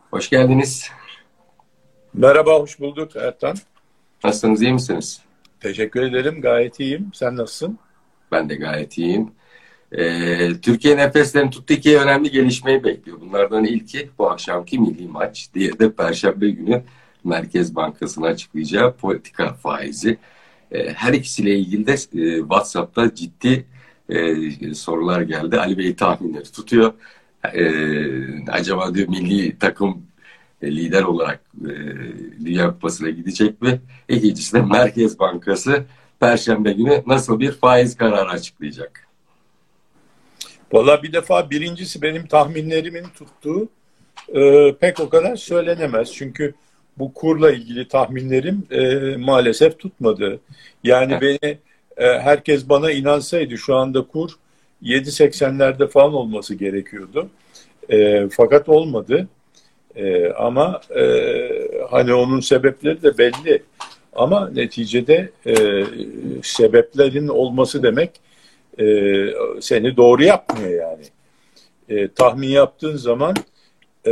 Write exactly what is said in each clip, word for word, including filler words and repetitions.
Hoş geldiniz. Merhaba, hoş bulduk Ertan. Nasılsınız, iyi misiniz? Teşekkür ederim, gayet iyiyim. Sen nasılsın? Ben de gayet iyiyim. Ee, Türkiye nefeslerini tuttu, iki önemli gelişmeyi bekliyor. Bunlardan ilki bu akşamki milli maç. Diğeri de Perşembe günü Merkez Bankası'nın açıklayacağı politika faizi. Ee, her ikisiyle ilgili de e, WhatsApp'ta ciddi e, sorular geldi. Ali Bey tahminleri tutuyor. Ee, acaba diyor milli takım e, lider olarak e, Dünya Kupası'na gidecek mi? İkincisi de Merkez Bankası Perşembe günü nasıl bir faiz kararı açıklayacak? Valla bir defa birincisi benim tahminlerimin tuttuğu e, pek o kadar söylenemez. Çünkü bu kurla ilgili tahminlerim e, maalesef tutmadı. Yani Evet. beni e, herkes bana inansaydı şu anda kur yedi seksenlerde falan olması gerekiyordu. E, fakat olmadı. E, ama e, hani onun sebepleri de belli. Ama neticede e, sebeplerin olması demek e, seni doğru yapmıyor yani. E, tahmin yaptığın zaman e,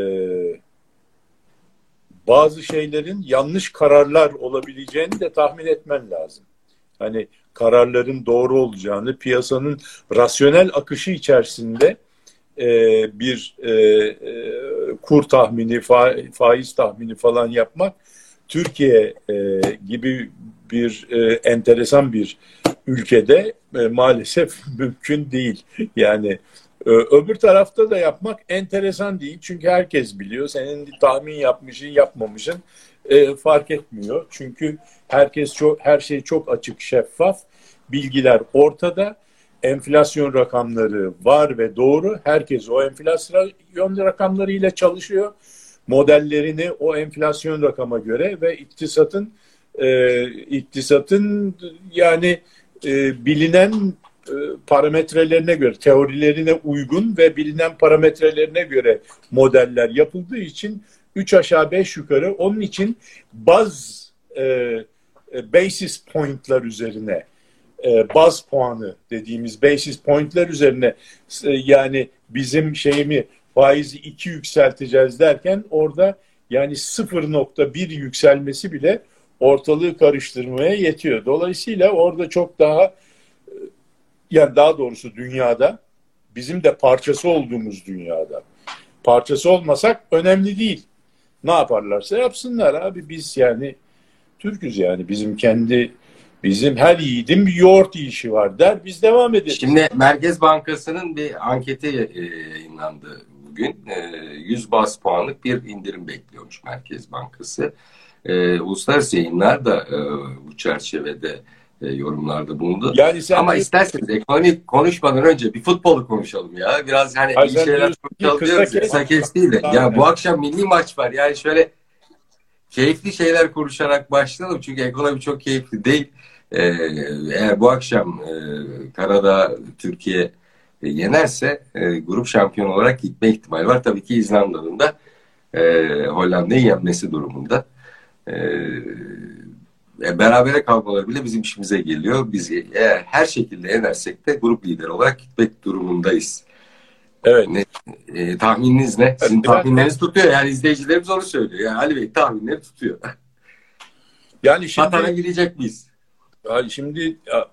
bazı şeylerin yanlış kararlar olabileceğini de tahmin etmen lazım. Hani kararların doğru olacağını, piyasanın rasyonel akışı içerisinde e, bir e, e, kur tahmini, fa, faiz tahmini falan yapmak Türkiye e, gibi bir e, enteresan bir ülkede e, maalesef mümkün değil. Yani e, öbür tarafta da yapmak enteresan değil. Çünkü herkes biliyor. Senin tahmin yapmışın, yapmamışın e, fark etmiyor. Çünkü herkes çok, her şey çok açık, şeffaf. Bilgiler ortada. Enflasyon rakamları var ve doğru. Herkes o enflasyon rakamlarıyla çalışıyor. Modellerini o enflasyon rakama göre ve iktisatın e, iktisatın yani e, bilinen e, parametrelerine göre, teorilerine uygun ve bilinen parametrelerine göre modeller yapıldığı için üç aşağı beş yukarı onun için baz e, basis point'lar üzerine e, baz puanı dediğimiz basis point'lar üzerine e, yani bizim şeyimi faizi iki yükselteceğiz derken orada yani sıfır nokta bir yükselmesi bile ortalığı karıştırmaya yetiyor. Dolayısıyla orada çok daha yani daha doğrusu dünyada bizim de parçası olduğumuz dünyada parçası olmasak önemli değil. Ne yaparlarsa yapsınlar abi biz yani Türk'üz yani bizim kendi bizim her yiğidin bir yoğurt yiyişi var der biz devam ederiz. Şimdi Merkez Bankası'nın bir anketi e, yayınlandı bugün. E, yüz baz puanlık bir indirim bekliyormuş Merkez Bankası. E, uluslararası yayınlar da e, bu çerçevede e, yorumlarda bulundu. Yani sen Ama diyorsun, isterseniz ekonomi konuşmadan önce bir futbolu konuşalım ya. Biraz hani Ay iyi sen şeyler diyorsun ki konuşalım kısa diyoruz ya. kes. Kısa kes değil de. Ya bu akşam milli maç var. Yani şöyle keyifli şeyler konuşarak başlayalım. Çünkü ekonomi çok keyifli değil. Ee, eğer bu akşam e, Karadağ Türkiye e, yenerse e, grup şampiyonu olarak gitme ihtimali var. Tabii ki İzlanda'nın da e, Hollanda'yı yenmesi durumunda. E, e, berabere kalmaları bile bizim işimize geliyor. Biz eğer her şekilde yenersek de grup lideri olarak gitmek durumundayız. Evet. Ne, e, tahmininiz ne? Sizin tahminleriniz tutuyor. Yani izleyicilerimiz onu söylüyor. Yani Ali Bey tahminleri tutuyor. Yani Katar'a şimdi gidecek miyiz? yani şimdi ya,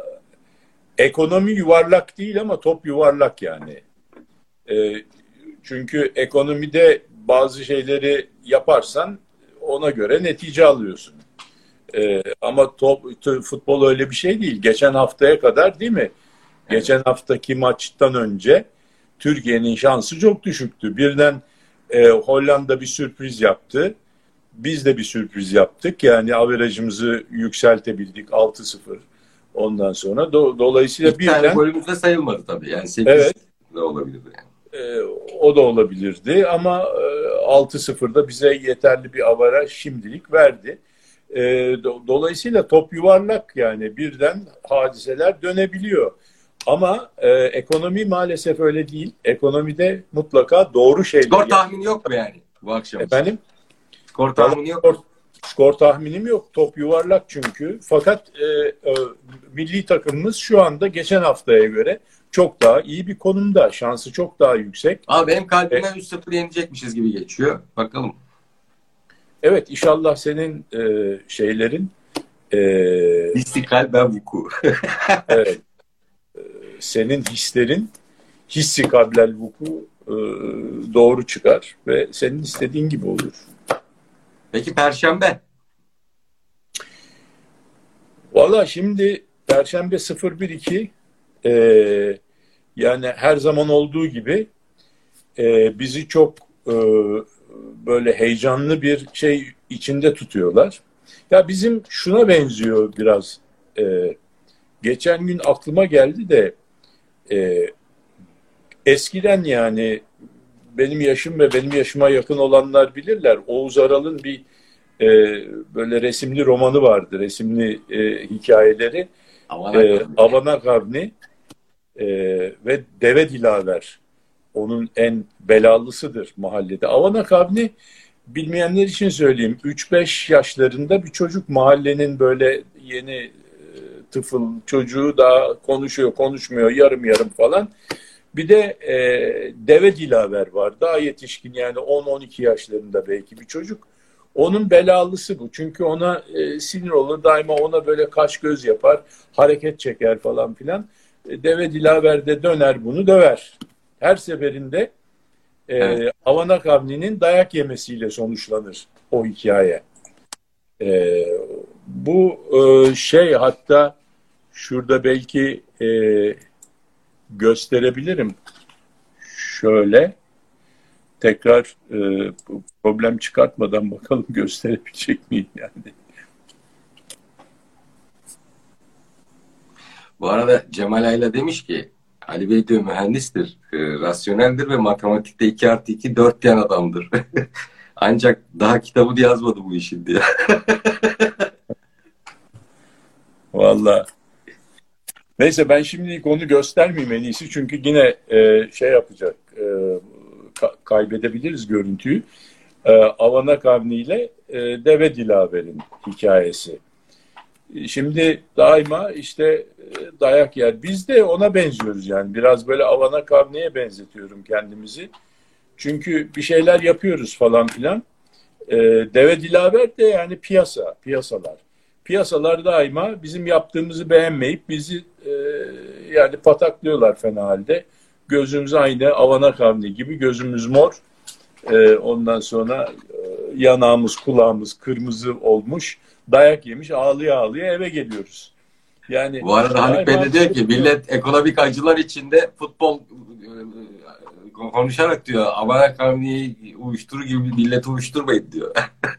ekonomi yuvarlak değil ama top yuvarlak yani. E, çünkü ekonomide bazı şeyleri yaparsan ona göre netice alıyorsun. E, ama top, t- futbol öyle bir şey değil. Geçen haftaya kadar değil mi? Evet. Geçen haftaki maçtan önce Türkiye'nin şansı çok düşüktü. Birden e, Hollanda bir sürpriz yaptı. Biz de bir sürpriz yaptık. Yani averajımızı yükseltebildik altı sıfır. Ondan sonra do- dolayısıyla İki tane birden golümüz de sayılmadı tabii. Yani sekiz evet de olabilirdi yani. e, o da olabilirdi ama e, altı sıfırda bize yeterli bir avaraj şimdilik verdi. E, do- dolayısıyla top yuvarlak yani birden hadiseler dönebiliyor. Ama e, ekonomi maalesef öyle değil. Ekonomide mutlaka doğru şeyler. Skor tahmini yok mu yani bu akşam? Efendim? Skor tahmini yok Skor, mu? skor tahminim yok. Top yuvarlak çünkü. Fakat e, e, milli takımımız şu anda geçen haftaya göre çok daha iyi bir konumda. Şansı çok daha yüksek. Abi benim kalbime E, üç sıfır yenecekmişiz gibi geçiyor. Bakalım. evet, inşallah senin e, şeylerin e, İstikal ben vuku. evet, senin hislerin hissi kablel vuku e, doğru çıkar ve senin istediğin gibi olur. Peki Perşembe? Valla şimdi Perşembe sıfır bir iki e, yani her zaman olduğu gibi e, bizi çok e, böyle heyecanlı bir şey içinde tutuyorlar. Ya bizim şuna benziyor biraz. E, geçen gün aklıma geldi de e, eskiden yani benim yaşım ve benim yaşıma yakın olanlar bilirler. Oğuz Aral'ın bir e, böyle resimli romanı vardı. Resimli e, hikayeleri. Avanak E, abi. Avanak Avni e, ve Deve Dilaver. Onun en belalısıdır mahallede. Avanak Avni, bilmeyenler için söyleyeyim, üç beş yaşlarında bir çocuk, mahallenin böyle yeni e, tıfıl çocuğu, daha konuşuyor konuşmuyor yarım yarım falan. Bir de e, Deve Dilaver var. Daha yetişkin, yani on on iki yaşlarında belki bir çocuk. Onun belalısı bu. Çünkü ona e, sinir olur. Daima ona böyle kaş göz yapar. Hareket çeker falan filan. E, Deve Dilaver de döner bunu döver. Her seferinde e, Evet. Avanak Avni'nin dayak yemesiyle sonuçlanır o hikaye. E, bu e, şey, hatta şurada belki e, gösterebilirim. Şöyle tekrar e, problem çıkartmadan bakalım gösterebilecek miyim yani. Bu arada Cemal Ayla demiş ki Ali Bey diyor mühendistir, e, rasyoneldir ve matematikte iki artı iki dört yan adamdır. Ancak daha kitabını yazmadı bu işin diye. Vallahi. Neyse, ben şimdilik onu göstermeyeyim en iyisi. Çünkü yine e, şey yapacak. E, ka- kaybedebiliriz görüntüyü. E, Avanak Avni ile e, Deve Dilaver'in hikayesi. Şimdi daima işte e, dayak yer. Biz de ona benziyoruz yani. Biraz böyle Avanak Avni'ye benzetiyorum kendimizi. Çünkü bir şeyler yapıyoruz falan filan. E, Deve Dilaver de yani piyasa, piyasalar. Piyasalar daima bizim yaptığımızı beğenmeyip bizi e, yani pataklıyorlar fena halde. Gözümüz aynı Avanak Avni gibi, gözümüz mor. E, ondan sonra e, yanağımız, kulağımız kırmızı olmuş. Dayak yemiş, ağlıya ağlıya eve geliyoruz. Yani Bu arada Haluk Bey de diyor ki millet ekonomik acılar içinde futbol e, konuşarak diyor Avanak Avni'yi uyuşturur gibi milleti uyuşturmayın diyor.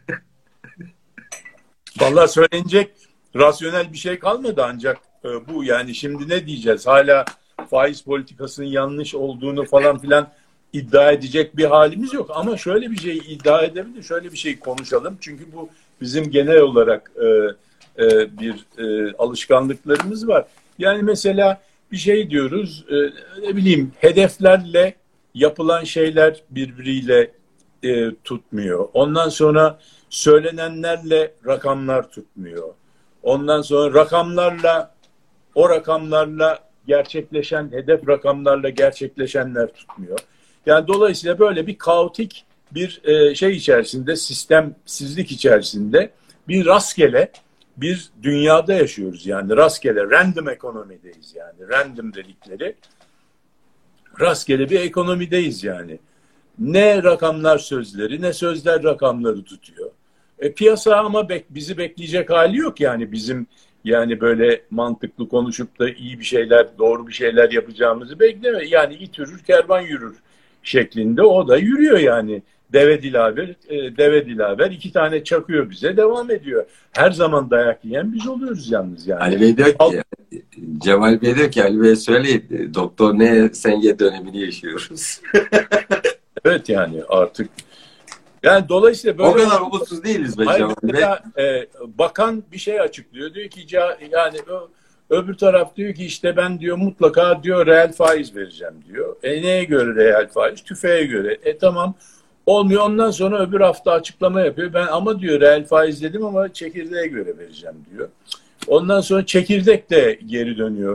vallahi söylenecek rasyonel bir şey kalmadı ancak e, bu yani. Şimdi ne diyeceğiz? Hala faiz politikasının yanlış olduğunu falan filan iddia edecek bir halimiz yok. Ama şöyle bir şey iddia edebilir, şöyle bir şey konuşalım. Çünkü bu bizim genel olarak e, e, bir e, alışkanlıklarımız var. Yani mesela bir şey diyoruz, e, ne bileyim, hedeflerle yapılan şeyler birbiriyle e, tutmuyor. Ondan sonra söylenenlerle rakamlar tutmuyor. Ondan sonra rakamlarla, o rakamlarla gerçekleşen, hedef rakamlarla gerçekleşenler tutmuyor. Yani dolayısıyla böyle bir kaotik bir e, şey içerisinde, sistemsizlik içerisinde, bir rastgele bir dünyada yaşıyoruz. Yani rastgele, random ekonomideyiz yani. Random dedikleri rastgele bir ekonomideyiz yani. Ne rakamlar sözleri, ne sözler rakamları tutuyor. E, piyasa ama bek, bizi bekleyecek hali yok yani, bizim yani böyle mantıklı konuşup da iyi bir şeyler, doğru bir şeyler yapacağımızı bekleme. Yani it yürür, kervan yürür şeklinde o da yürüyor yani. Deve Dilaver, e, Deve Dilaver iki tane çakıyor bize, devam ediyor. Her zaman dayak yiyen biz oluyoruz yalnız yani. Ali Bey diyor ki, Cemal Bey diyor ki Ali Bey söyleyin, doktor ne sen ye dönemini yaşıyoruz. Evet yani artık. Yani dolayısıyla böyle... O kadar umutsuz değiliz be Cemal Bey. E, bakan bir şey açıklıyor. Diyor ki yani öbür taraf diyor ki işte ben diyor mutlaka diyor reel faiz vereceğim diyor. E neye göre reel faiz? TÜFE'ye göre. E tamam, olmuyor. Ondan sonra öbür hafta açıklama yapıyor. Ben ama diyor reel faiz dedim ama çekirdeğe göre vereceğim diyor. Ondan sonra çekirdek de geri dönüyor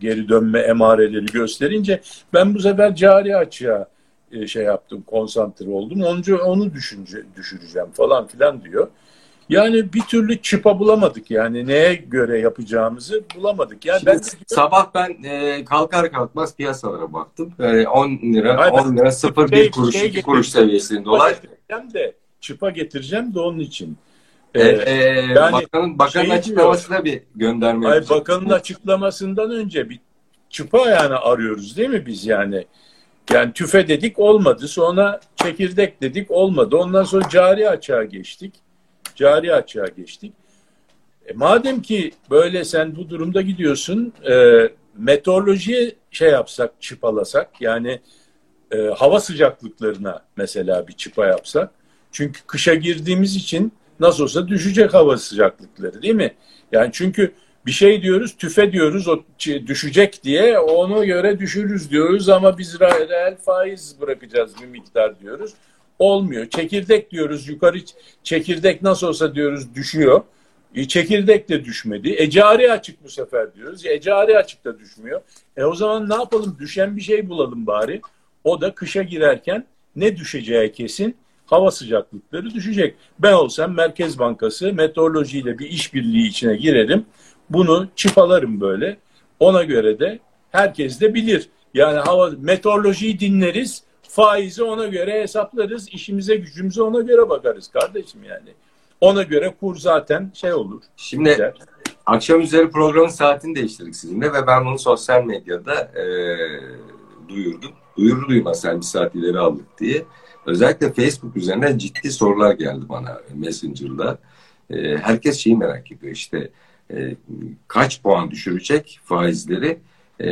geri dönme emareleri gösterince ben bu sefer cari açığa e, şey yaptım, konsantre oldum. Onca onu düşünce, düşüreceğim falan filan diyor. Yani bir türlü çıpa bulamadık, yani neye göre yapacağımızı bulamadık. Yani Şimdi ben sabah ben e, kalkar kalkmaz piyasalara baktım. Yani on lira, hayır, on lira sıfır şey, bir kuruş, şey iki kuruş seviyesinde çıpa dolar. getireceğim de çıpa getireceğim de onun için. Ee, e, yani bakanın bakanın şey açıklamasına bir gönderme Hayır, yapacak. bakanın açıklamasından önce bir çıpa yani arıyoruz değil mi biz yani? Yani tüfe dedik olmadı. Sonra çekirdek dedik olmadı. Ondan sonra cari açığa geçtik. Cari açığa geçtik. E madem ki böyle sen bu durumda gidiyorsun, e, meteorolojiye şey yapsak, çıpalasak yani e, hava sıcaklıklarına mesela bir çıpa yapsak. Çünkü kışa girdiğimiz için nasıl olsa düşecek hava sıcaklıkları değil mi? Yani çünkü bir şey diyoruz, tüfe diyoruz, o düşecek diye ona göre düşürürüz diyoruz ama biz reel faiz bırakacağız bir miktar diyoruz. Olmuyor. Çekirdek diyoruz, yukarı çekirdek nasıl olsa diyoruz düşüyor. E, çekirdek de düşmedi. E cari açık bu sefer diyoruz. E cari açık da düşmüyor. E o zaman ne yapalım? Düşen bir şey bulalım bari. O da kışa girerken ne düşeceği kesin? Hava sıcaklıkları düşecek. Ben olsam Merkez Bankası meteorolojiyle bir işbirliği içine girerim. Bunu çıpalarım böyle. Ona göre de herkes de bilir. Yani hava meteorolojiyi dinleriz. Faizi ona göre hesaplarız. İşimize gücümüze ona göre bakarız kardeşim yani. Ona göre kur zaten şey olur. Şimdi gider. Akşam üzeri programın saatini değiştirdik sizinle ve ben bunu sosyal medyada e, duyurdum. Duyurur duymaz sen bir saat ileri aldık diye. Özellikle Facebook üzerinden ciddi sorular geldi bana Messenger'da. E, herkes şeyi merak ediyor işte e, kaç puan düşürecek faizleri? E,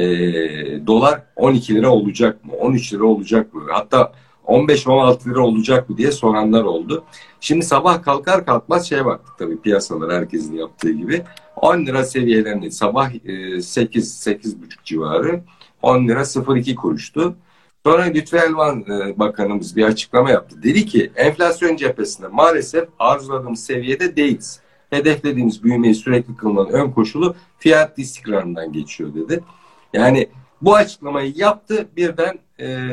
dolar on iki lira olacak mı? on üç lira olacak mı? Hatta on beş on altı lira olacak mı diye soranlar oldu. Şimdi sabah kalkar kalkmaz şeye baktık tabii piyasalar herkesin yaptığı gibi. on lira seviyelerinde sabah sekiz sekiz buçuk civarı on lira sıfır iki kuruştu. Sonra Lütfü Elvan Bakanımız bir açıklama yaptı. Dedi ki enflasyon cephesinde maalesef arzuladığımız seviyede değiliz. Hedeflediğimiz büyümeyi sürekli kılmanın ön koşulu fiyat istikrarından geçiyor dedi. Yani bu açıklamayı yaptı birden ee,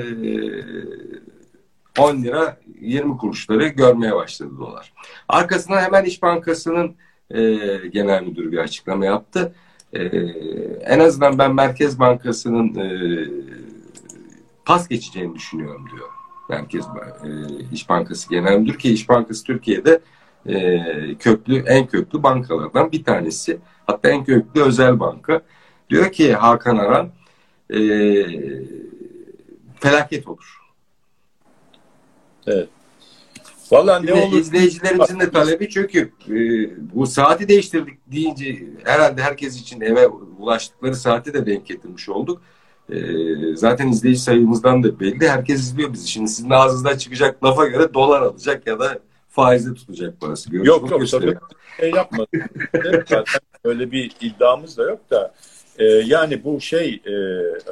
on lira yirmi kuruşları görmeye başladı dolar. Arkasından hemen İş Bankası'nın e, genel müdürü bir açıklama yaptı. E, en azından ben Merkez Bankası'nın e, pas geçeceğini düşünüyorum diyor. Merkez e, İş Bankası Genel Müdürü ki İş Bankası Türkiye'de e, köklü en köklü bankalardan bir tanesi. Hatta en köklü özel banka. Diyor ki Hakan Aran e, felaket olur. Evet. Vallahi ne olur. İzleyicilerimizin de talebi çünkü e, bu saati değiştirdik deyince herhalde herkes için eve ulaştıkları saati de denk getirmiş olduk. E, zaten izleyici sayımızdan da belli. Herkes izliyor bizi. Şimdi sizin ağzınızdan çıkacak lafa göre dolar alacak ya da faizde tutacak parası. Görüşmek yok yok sakın şey yapmadım. Zaten öyle bir iddiamız da yok da e, yani bu şey e, e,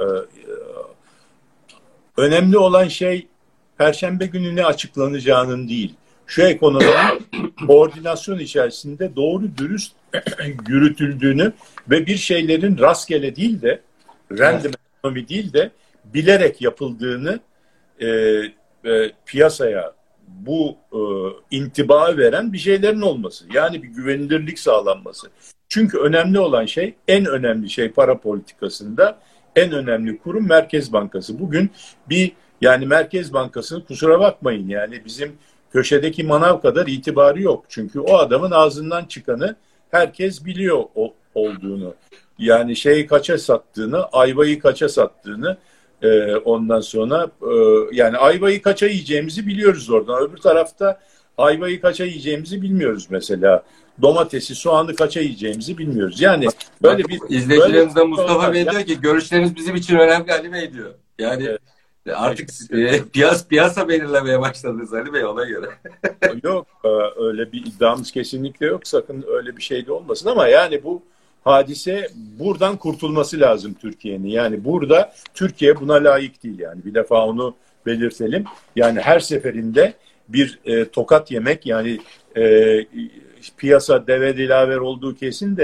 önemli olan şey Perşembe günü ne açıklanacağının değil. Şu ekonominin koordinasyon içerisinde doğru dürüst yürütüldüğünü ve bir şeylerin rastgele değil de random ekonomi değil de bilerek yapıldığını e, e, piyasaya bu e, intibayı veren bir şeylerin olması. Yani bir güvenilirlik sağlanması. Çünkü önemli olan şey, en önemli şey para politikasında en önemli kurum Merkez Bankası. Bugün bir yani Merkez Bankası'nın kusura bakmayın yani bizim köşedeki manav kadar itibarı yok. Çünkü o adamın ağzından çıkanı herkes biliyor o, olduğunu. Yani şeyi kaça sattığını, ayvayı kaça sattığını e, ondan sonra e, yani ayvayı kaça yiyeceğimizi biliyoruz oradan. Öbür tarafta ayvayı kaça yiyeceğimizi bilmiyoruz mesela. Domatesi, soğanı kaça yiyeceğimizi bilmiyoruz. Yani böyle bir izleyicilerimizden Mustafa Bey diyor ki görüşleriniz bizim için önemli Ali Bey diyor. Yani evet. Artık e, piyas, piyasa belirlemeye başladınız Ali Bey ona göre. Yok öyle bir iddiamız kesinlikle yok. Sakın öyle bir şey de olmasın ama yani bu hadise buradan kurtulması lazım Türkiye'nin. Yani burada Türkiye buna layık değil yani. Bir defa onu belirtelim. Yani her seferinde bir e, tokat yemek yani e, piyasa deve dilaver olduğu kesin de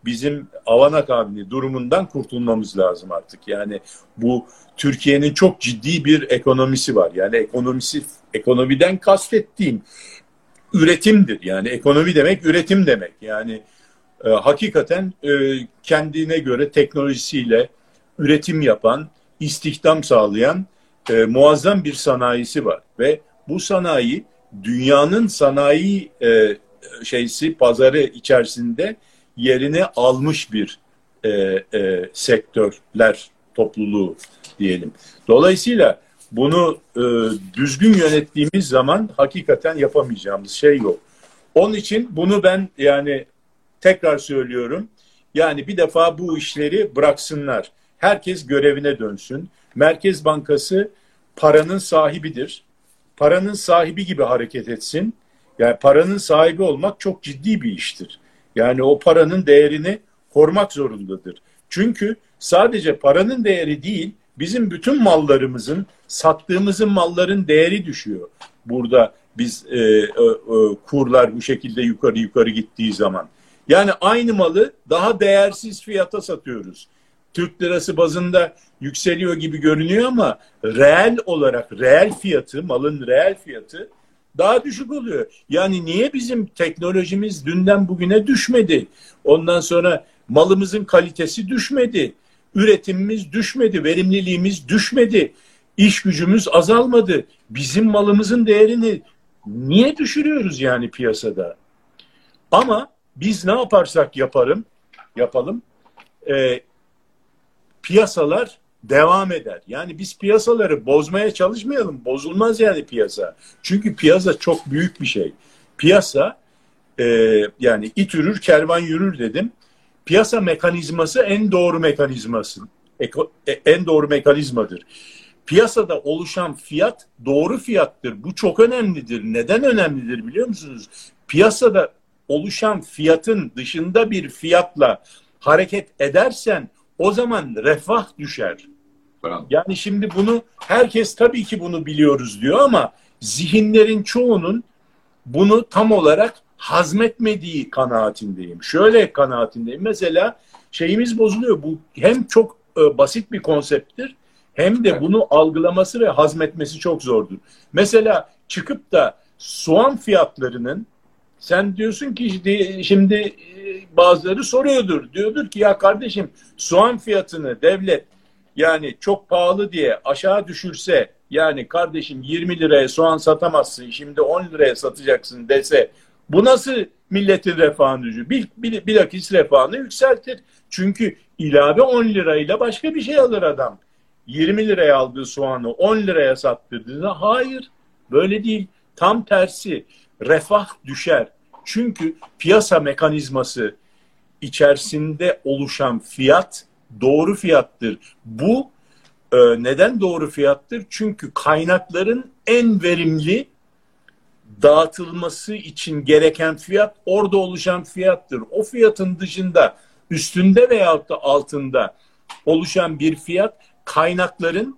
bizim avanak abini durumundan kurtulmamız lazım artık. Yani bu Türkiye'nin çok ciddi bir ekonomisi var. Yani ekonomisi, ekonomiden kastettiğim üretimdir. Yani ekonomi demek üretim demek. Yani e, hakikaten e, kendine göre teknolojisiyle üretim yapan, istihdam sağlayan e, muazzam bir sanayisi var. Ve bu sanayi dünyanın sanayi e, şeysi pazarı içerisinde yerini almış bir e, e, sektörler topluluğu diyelim. Dolayısıyla bunu e, düzgün yönettiğimiz zaman hakikaten yapamayacağımız şey yok. Onun için bunu ben yani tekrar söylüyorum. Yani bir defa bu işleri bıraksınlar. Herkes görevine dönsün. Merkez Bankası paranın sahibidir. Paranın sahibi gibi hareket etsin. Yani paranın sahibi olmak çok ciddi bir iştir. Yani o paranın değerini korumak zorundadır. Çünkü sadece paranın değeri değil, bizim bütün mallarımızın, sattığımızın malların değeri düşüyor. Burada biz e, e, kurlar bu şekilde yukarı yukarı gittiği zaman. Yani aynı malı daha değersiz fiyata satıyoruz. Türk lirası bazında yükseliyor gibi görünüyor ama reel olarak reel fiyatı, malın reel fiyatı daha düşük oluyor. Yani niye bizim teknolojimiz dünden bugüne düşmedi? Ondan sonra malımızın kalitesi düşmedi. Üretimimiz düşmedi. Verimliliğimiz düşmedi. İş gücümüz azalmadı. Bizim malımızın değerini niye düşürüyoruz yani piyasada? Ama biz ne yaparsak yaparım, yapalım, e, piyasalar devam eder. Yani biz piyasaları bozmaya çalışmayalım. Bozulmaz yani piyasa. Çünkü piyasa çok büyük bir şey. Piyasa e, yani it yürür, kervan yürür dedim. Piyasa mekanizması en doğru mekanizması. Eko, e, en doğru mekanizmadır. Piyasada oluşan fiyat doğru fiyattır. Bu çok önemlidir. Neden önemlidir biliyor musunuz? Piyasada oluşan fiyatın dışında bir fiyatla hareket edersen o zaman refah düşer. Bravo. Yani şimdi bunu herkes tabii ki bunu biliyoruz diyor ama zihinlerin çoğunun bunu tam olarak hazmetmediği kanaatindeyim. Şöyle kanaatindeyim. Mesela şeyimiz bozuluyor. Bu hem çok e, basit bir konsepttir hem de bunu algılaması ve hazmetmesi çok zordur. Mesela çıkıp da soğan fiyatlarının sen diyorsun ki şimdi bazıları soruyordur. Diyordur ki ya kardeşim soğan fiyatını devlet yani çok pahalı diye aşağı düşürse yani kardeşim yirmi liraya soğan satamazsın şimdi on liraya satacaksın dese bu nasıl milletin refahını düşürür? Bil, bil, bilakis refahını yükseltir. Çünkü ilave on lirayla başka bir şey alır adam. yirmi liraya aldığı soğanı on liraya sattırdığında hayır böyle değil. Tam tersi refah düşer. Çünkü piyasa mekanizması içerisinde oluşan fiyat doğru fiyattır. Bu e, neden doğru fiyattır? Çünkü kaynakların en verimli dağıtılması için gereken fiyat orada oluşan fiyattır. O fiyatın dışında üstünde veyahut da altında oluşan bir fiyat kaynakların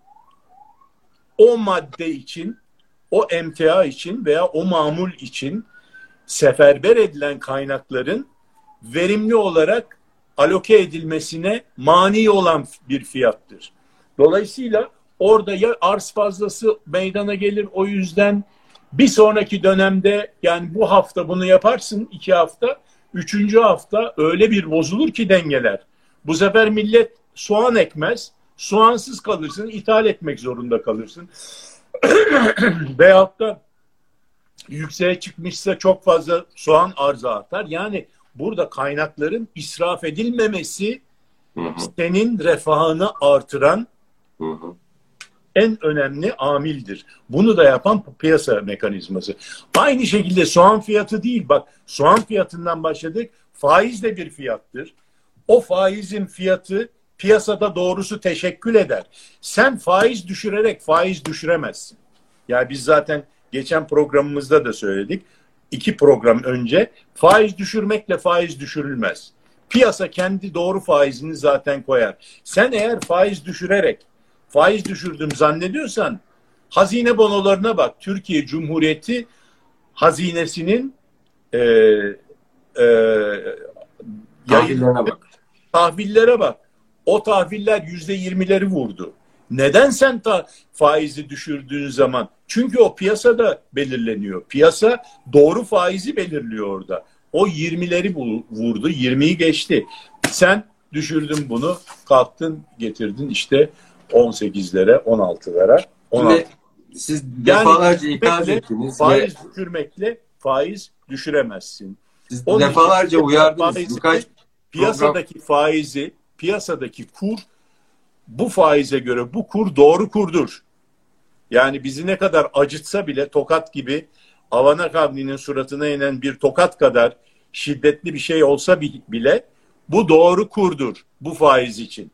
o madde için, o emtia için veya o mamul için seferber edilen kaynakların verimli olarak aloke edilmesine mani olan bir fiyattır. Dolayısıyla orada ya arz fazlası meydana gelir o yüzden bir sonraki dönemde yani bu hafta bunu yaparsın iki hafta, üçüncü hafta öyle bir bozulur ki dengeler. Bu sefer millet soğan ekmez, soğansız kalırsın, ithal etmek zorunda kalırsın. Veyahut da yükseğe çıkmışsa çok fazla soğan arzı artar. Yani burada kaynakların israf edilmemesi hı hı. senin refahını artıran hı hı. en önemli amildir. Bunu da yapan piyasa mekanizması. Aynı şekilde soğan fiyatı değil. Bak soğan fiyatından başladık. Faiz de bir fiyattır. O faizin fiyatı piyasada doğrusu teşekkül eder. Sen faiz düşürerek faiz düşüremezsin. Yani biz zaten geçen programımızda da söyledik. İki program önce faiz düşürmekle faiz düşürülmez. Piyasa kendi doğru faizini zaten koyar. Sen eğer faiz düşürerek faiz düşürdüm zannediyorsan hazine bonolarına bak. Türkiye Cumhuriyeti hazinesinin e, e, Tahvillerine bak. Tahvillere bak. O tahviller yüzde yirmileri vurdu. Neden sen ta faizi düşürdüğün zaman? Çünkü o piyasada belirleniyor. Piyasa doğru faizi belirliyor orada. O yirmileri vurdu, yirmiyi geçti. Sen düşürdün bunu, kalktın, getirdin işte on sekizlere, on altılara. on altı. Şimdi siz defalarca yani ikaz ettiniz. Faiz ve... düşürmekle faiz düşüremezsin. Siz Onun defalarca uyardınız. Faizi, Birkaç piyasadaki program... faizi, piyasadaki kur, bu faize göre bu kur doğru kurdur. Yani bizi ne kadar acıtsa bile tokat gibi, Avana Kavni'nin suratına inen bir tokat kadar şiddetli bir şey olsa bile bu doğru kurdur bu faiz için.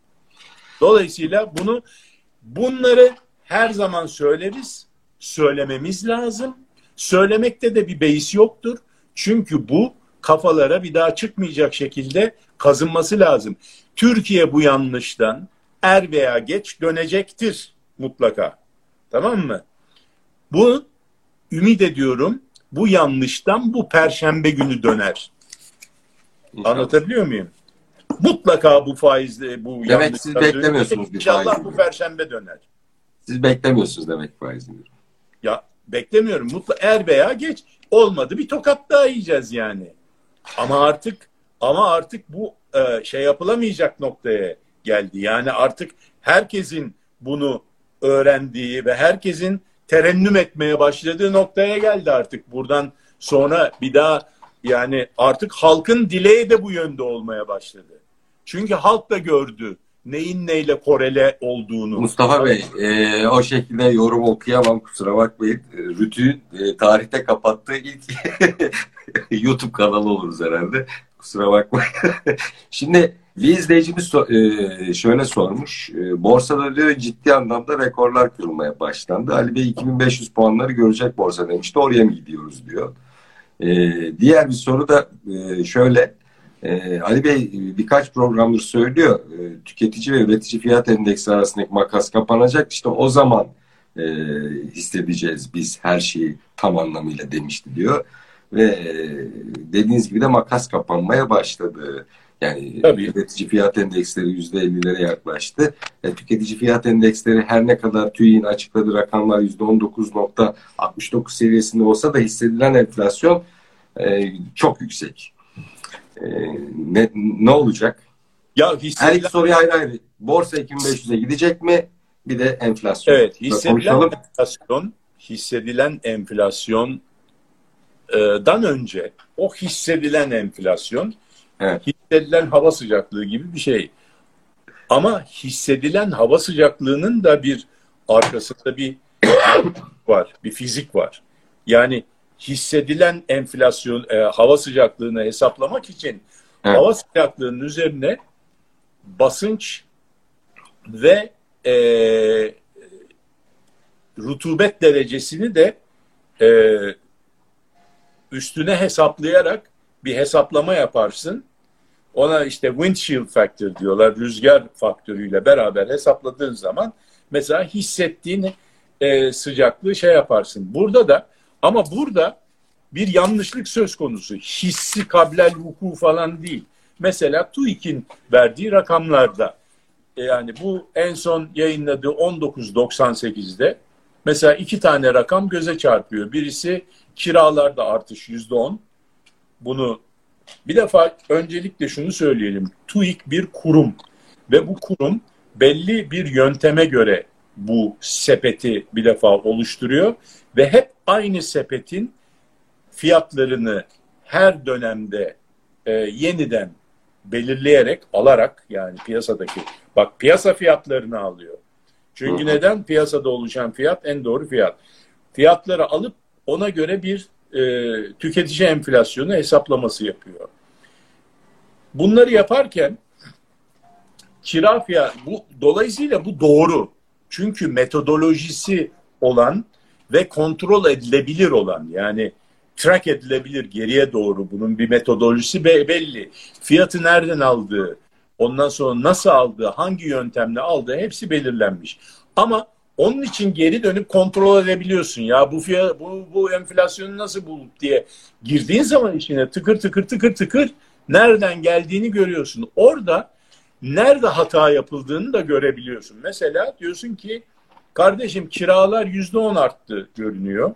Dolayısıyla bunu bunları her zaman söyleriz, söylememiz lazım. Söylemekte de bir beis yoktur. Çünkü bu kafalara bir daha çıkmayacak şekilde kazınması lazım. Türkiye bu yanlıştan er veya geç dönecektir mutlaka. Tamam mı? Bu ümit ediyorum bu yanlıştan bu Perşembe günü döner. İnşallah. Anlatabiliyor muyum? Mutlaka bu faizle bu demek yanlıştan siz beklemiyorsunuz bir faiz. İnşallah bu Perşembe döner. Siz beklemiyorsunuz demek faizini. Ya beklemiyorum. Mutlaka er veya geç. Olmadı bir tokat daha yiyeceğiz yani. Ama artık ama artık bu e, şey yapılamayacak noktaya geldi. Yani artık herkesin bunu öğrendiği ve herkesin terennüm etmeye başladığı noktaya geldi artık. Buradan sonra bir daha yani artık halkın dileği de bu yönde olmaya başladı. Çünkü halk da gördü neyin neyle korele olduğunu. Mustafa Bey, e, o şekilde yorum okuyamam, kusura bakmayın. E, Rütü'nün e, tarihte kapattığı ilk YouTube kanalı oluruz herhalde. Kusura bakmayın. Şimdi bir izleyicimiz so e, şöyle sormuş. E, borsada diyor ciddi anlamda rekorlar kırılmaya başlandı. Ali Bey iki bin beş yüz puanları görecek borsa demişti. Oraya mı gidiyoruz diyor. E, diğer bir soru da e, şöyle. Ee, Ali Bey birkaç programdır söylüyor, e, tüketici ve üretici fiyat endeksi arasındaki makas kapanacak, işte o zaman e, hissedeceğiz biz her şeyi tam anlamıyla demişti diyor ve e, dediğiniz gibi de makas kapanmaya başladı. Yani tabii. Üretici fiyat endeksleri yüzde ellilere yaklaştı. E, tüketici fiyat endeksleri her ne kadar TÜİK'in açıkladığı rakamlar yüzde on dokuz nokta altmış dokuz seviyesinde olsa da hissedilen enflasyon e, çok yüksek. Ee, ne, ne olacak? Ya hissedilen... Her iki soruya ayrı ayrı. Borsa iki bin beş yüze gidecek mi? Bir de enflasyon. Evet, hissedilen enflasyon, hissedilen enflasyondan önce o hissedilen enflasyon, evet, hissedilen hava sıcaklığı gibi bir şey. Ama hissedilen hava sıcaklığının da bir arkasında bir var, bir fizik var. Yani hissedilen enflasyon, e, hava sıcaklığını hesaplamak için evet, hava sıcaklığının üzerine basınç ve e, rutubet derecesini de e, üstüne hesaplayarak bir hesaplama yaparsın. Ona işte windshield factor diyorlar, rüzgar faktörüyle beraber hesapladığın zaman mesela hissettiğin e, sıcaklığı şey yaparsın. Burada da ama burada bir yanlışlık söz konusu. Hissi kablel vuku falan değil. Mesela TÜİK'in verdiği rakamlarda yani bu en son yayınladığı on dokuz doksan sekizde mesela iki tane rakam göze çarpıyor. Birisi kiralarda artış yüzde on. Bunu bir defa öncelikle şunu söyleyelim. TÜİK bir kurum ve bu kurum belli bir yönteme göre bu sepeti bir defa oluşturuyor ve hep aynı sepetin fiyatlarını her dönemde e, yeniden belirleyerek, alarak yani piyasadaki, bak piyasa fiyatlarını alıyor. Çünkü hı hı. neden? Piyasada oluşan fiyat en doğru fiyat. Fiyatları alıp ona göre bir e, tüketici enflasyonu hesaplaması yapıyor. Bunları yaparken kira fiyat, bu, dolayısıyla bu doğru. Çünkü metodolojisi olan ve kontrol edilebilir olan, yani track edilebilir geriye doğru, bunun bir metodolojisi belli. Fiyatı nereden aldığı, ondan sonra nasıl aldığı, hangi yöntemle aldığı hepsi belirlenmiş. Ama onun için geri dönüp kontrol edebiliyorsun. Ya bu fiyat, bu, bu enflasyonu nasıl bulduk diye girdiğin zaman içine tıkır tıkır tıkır tıkır Nereden geldiğini görüyorsun. Orada nerede hata yapıldığını da görebiliyorsun. Mesela diyorsun ki kardeşim kiralar yüzde on arttı görünüyor.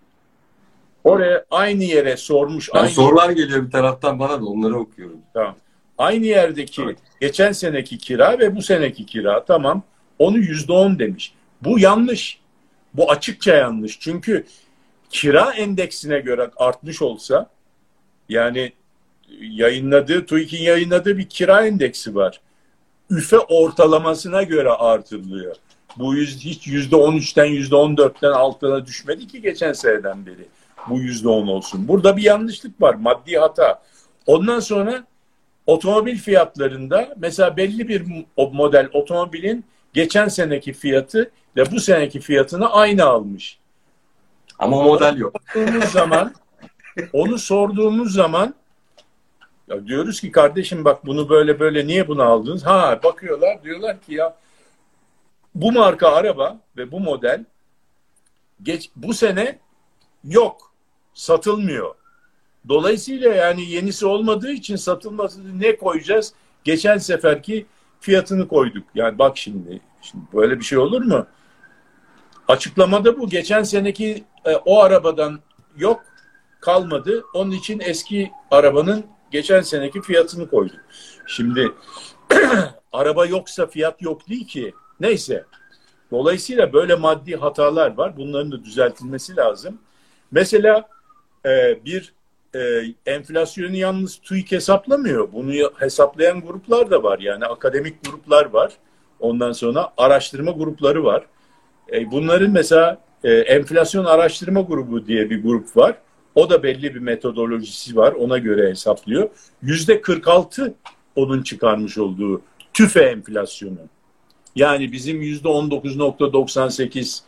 Oraya aynı yere sormuş. Ben aynı sorular geliyor bir taraftan bana da onları okuyorum. Tamam. Aynı yerdeki evet. Geçen seneki kira ve bu seneki kira tamam. Onu yüzde on demiş. Bu yanlış. Bu açıkça yanlış. Çünkü kira endeksine göre artmış olsa yani yayınladığı, TÜİK'in yayınladığı bir kira endeksi var. Üfe ortalamasına göre artırılıyor. Bu yüz, hiç yüzde on üçten yüzde on dörtten altına düşmedi ki geçen seneden beri. Bu yüzde on olsun. Burada bir yanlışlık var. Maddi hata. Ondan sonra otomobil fiyatlarında mesela belli bir model otomobilin geçen seneki fiyatı ve bu seneki fiyatını aynı almış. Ama model yok. Sorduğumuz zaman, onu sorduğumuz zaman ya diyoruz ki kardeşim bak bunu böyle böyle niye bunu aldınız? Ha bakıyorlar diyorlar ki ya bu marka araba ve bu model geç bu sene yok. Satılmıyor. Dolayısıyla yani yenisi olmadığı için satılmasını ne koyacağız? Geçen seferki fiyatını koyduk. Yani bak şimdi, şimdi böyle bir şey olur mu? Açıklamada bu. Geçen seneki e, o arabadan yok kalmadı. Onun için eski arabanın geçen seneki fiyatını koyduk. Şimdi araba yoksa fiyat yok değil ki. Neyse. Dolayısıyla böyle maddi hatalar var. Bunların da düzeltilmesi lazım. Mesela e, bir e, enflasyonu yalnız TÜİK hesaplamıyor. Bunu hesaplayan gruplar da var. Yani akademik gruplar var. Ondan sonra araştırma grupları var. E, bunların mesela e, enflasyon araştırma grubu diye bir grup var. O da belli bir metodolojisi var. Ona göre hesaplıyor. yüzde kırk altı onun çıkarmış olduğu tüfe enflasyonu. Yani bizim yüzde on dokuz nokta doksan sekiz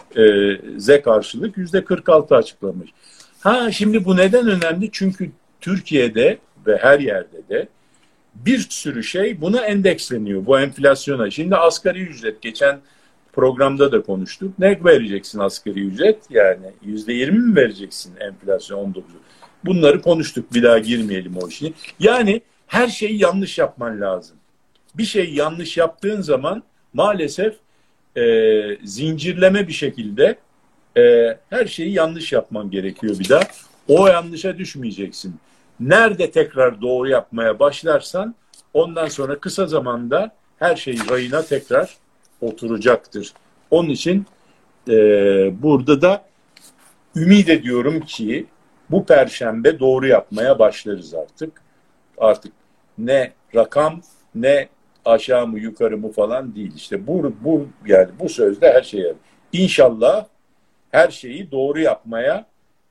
e, karşılık yüzde kırk altı açıklamış. Ha şimdi bu neden önemli? Çünkü Türkiye'de ve her yerde de bir sürü şey buna endeksleniyor. Bu enflasyona. Şimdi asgari ücret geçen programda da konuştuk. Ne vereceksin asgari ücret? Yani yüzde yirmi mi vereceksin enflasyon on dokuz? Bunları konuştuk. Bir daha girmeyelim o işi. Yani her şeyi yanlış yapman lazım. Bir şey yanlış yaptığın zaman maalesef e, zincirleme bir şekilde e, her şeyi yanlış yapman gerekiyor bir daha. O yanlışa düşmeyeceksin. Nerede tekrar doğru yapmaya başlarsan ondan sonra kısa zamanda her şey rayına tekrar oturacaktır. Onun için e, burada da ümit ediyorum ki bu perşembe doğru yapmaya başlarız artık. Artık ne rakam ne aşağı mı yukarı mı falan değil. İşte bu, bu yani bu sözde her şeye. İnşallah her şeyi doğru yapmaya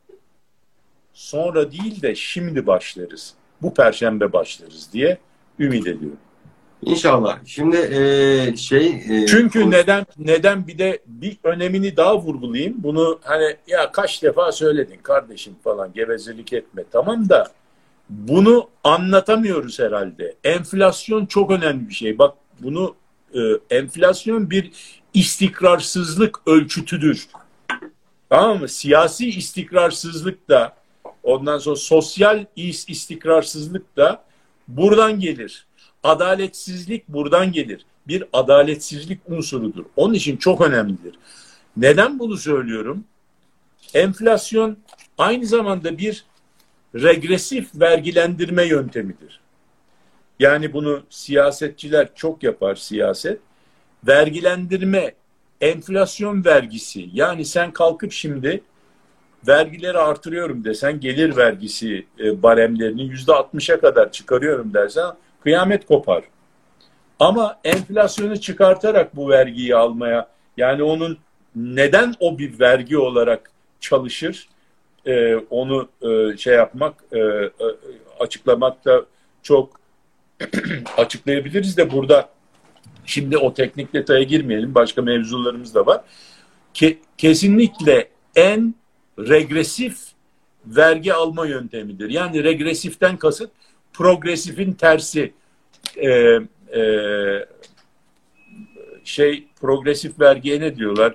sonra değil de şimdi başlarız. Bu perşembe başlarız diye ümit ediyorum. İnşallah. Şimdi e, şey e, çünkü o... neden neden bir de bir önemini daha vurgulayayım. Bunu hani ya kaç defa söyledin kardeşim falan gevezelik etme. Tamam da bunu anlatamıyoruz herhalde. Enflasyon çok önemli bir şey. Bak bunu e, enflasyon bir istikrarsızlık ölçütüdür. Tamam mı? Siyasi istikrarsızlık da ondan sonra sosyal istikrarsızlık da buradan gelir. Adaletsizlik buradan gelir. Bir adaletsizlik unsurudur. Onun için çok önemlidir. Neden bunu söylüyorum? Enflasyon aynı zamanda bir regresif vergilendirme yöntemidir. Yani bunu siyasetçiler çok yapar siyaset. Vergilendirme, enflasyon vergisi. Yani sen kalkıp şimdi vergileri artırıyorum desen, gelir vergisi e, baremlerini yüzde altmışa kadar çıkarıyorum dersen kıyamet kopar. Ama enflasyonu çıkartarak bu vergiyi almaya, yani onun neden o bir vergi olarak çalışır, e, onu e, şey yapmak, e, e, açıklamak da çok açıklayabiliriz de burada şimdi o teknik detaya girmeyelim. Başka mevzularımız da var. Ke- kesinlikle en regresif vergi alma yöntemidir. Yani regresiften kasıt progresifin tersi. Ee, e, şey progresif vergiye ne diyorlar?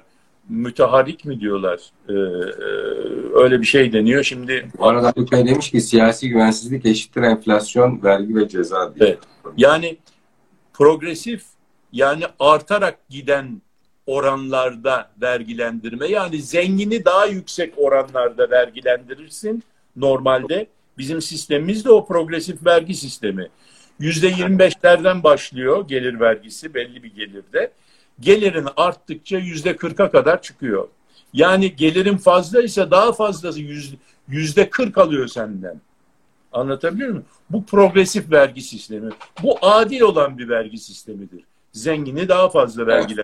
müteharrik mi diyorlar? Ee, öyle bir şey deniyor. Şimdi Bu arada Lütfen demiş ki siyasi güvensizlik eşittir enflasyon, vergi ve ceza diye. evet. Yani progresif, yani artarak giden oranlarda vergilendirme, yani zengini daha yüksek oranlarda vergilendirirsin normalde. Bizim sistemimiz de o progresif vergi sistemi. yüzde yirmi beşlerden başlıyor gelir vergisi belli bir gelirde. Gelirin arttıkça yüzde kırka kadar çıkıyor. Yani gelirin fazlaysa daha fazlası yüzde kırk alıyor senden. Anlatabiliyor muyum? Bu progresif vergi sistemi. Bu adil olan bir vergi sistemidir. Zengini daha fazla vergiler.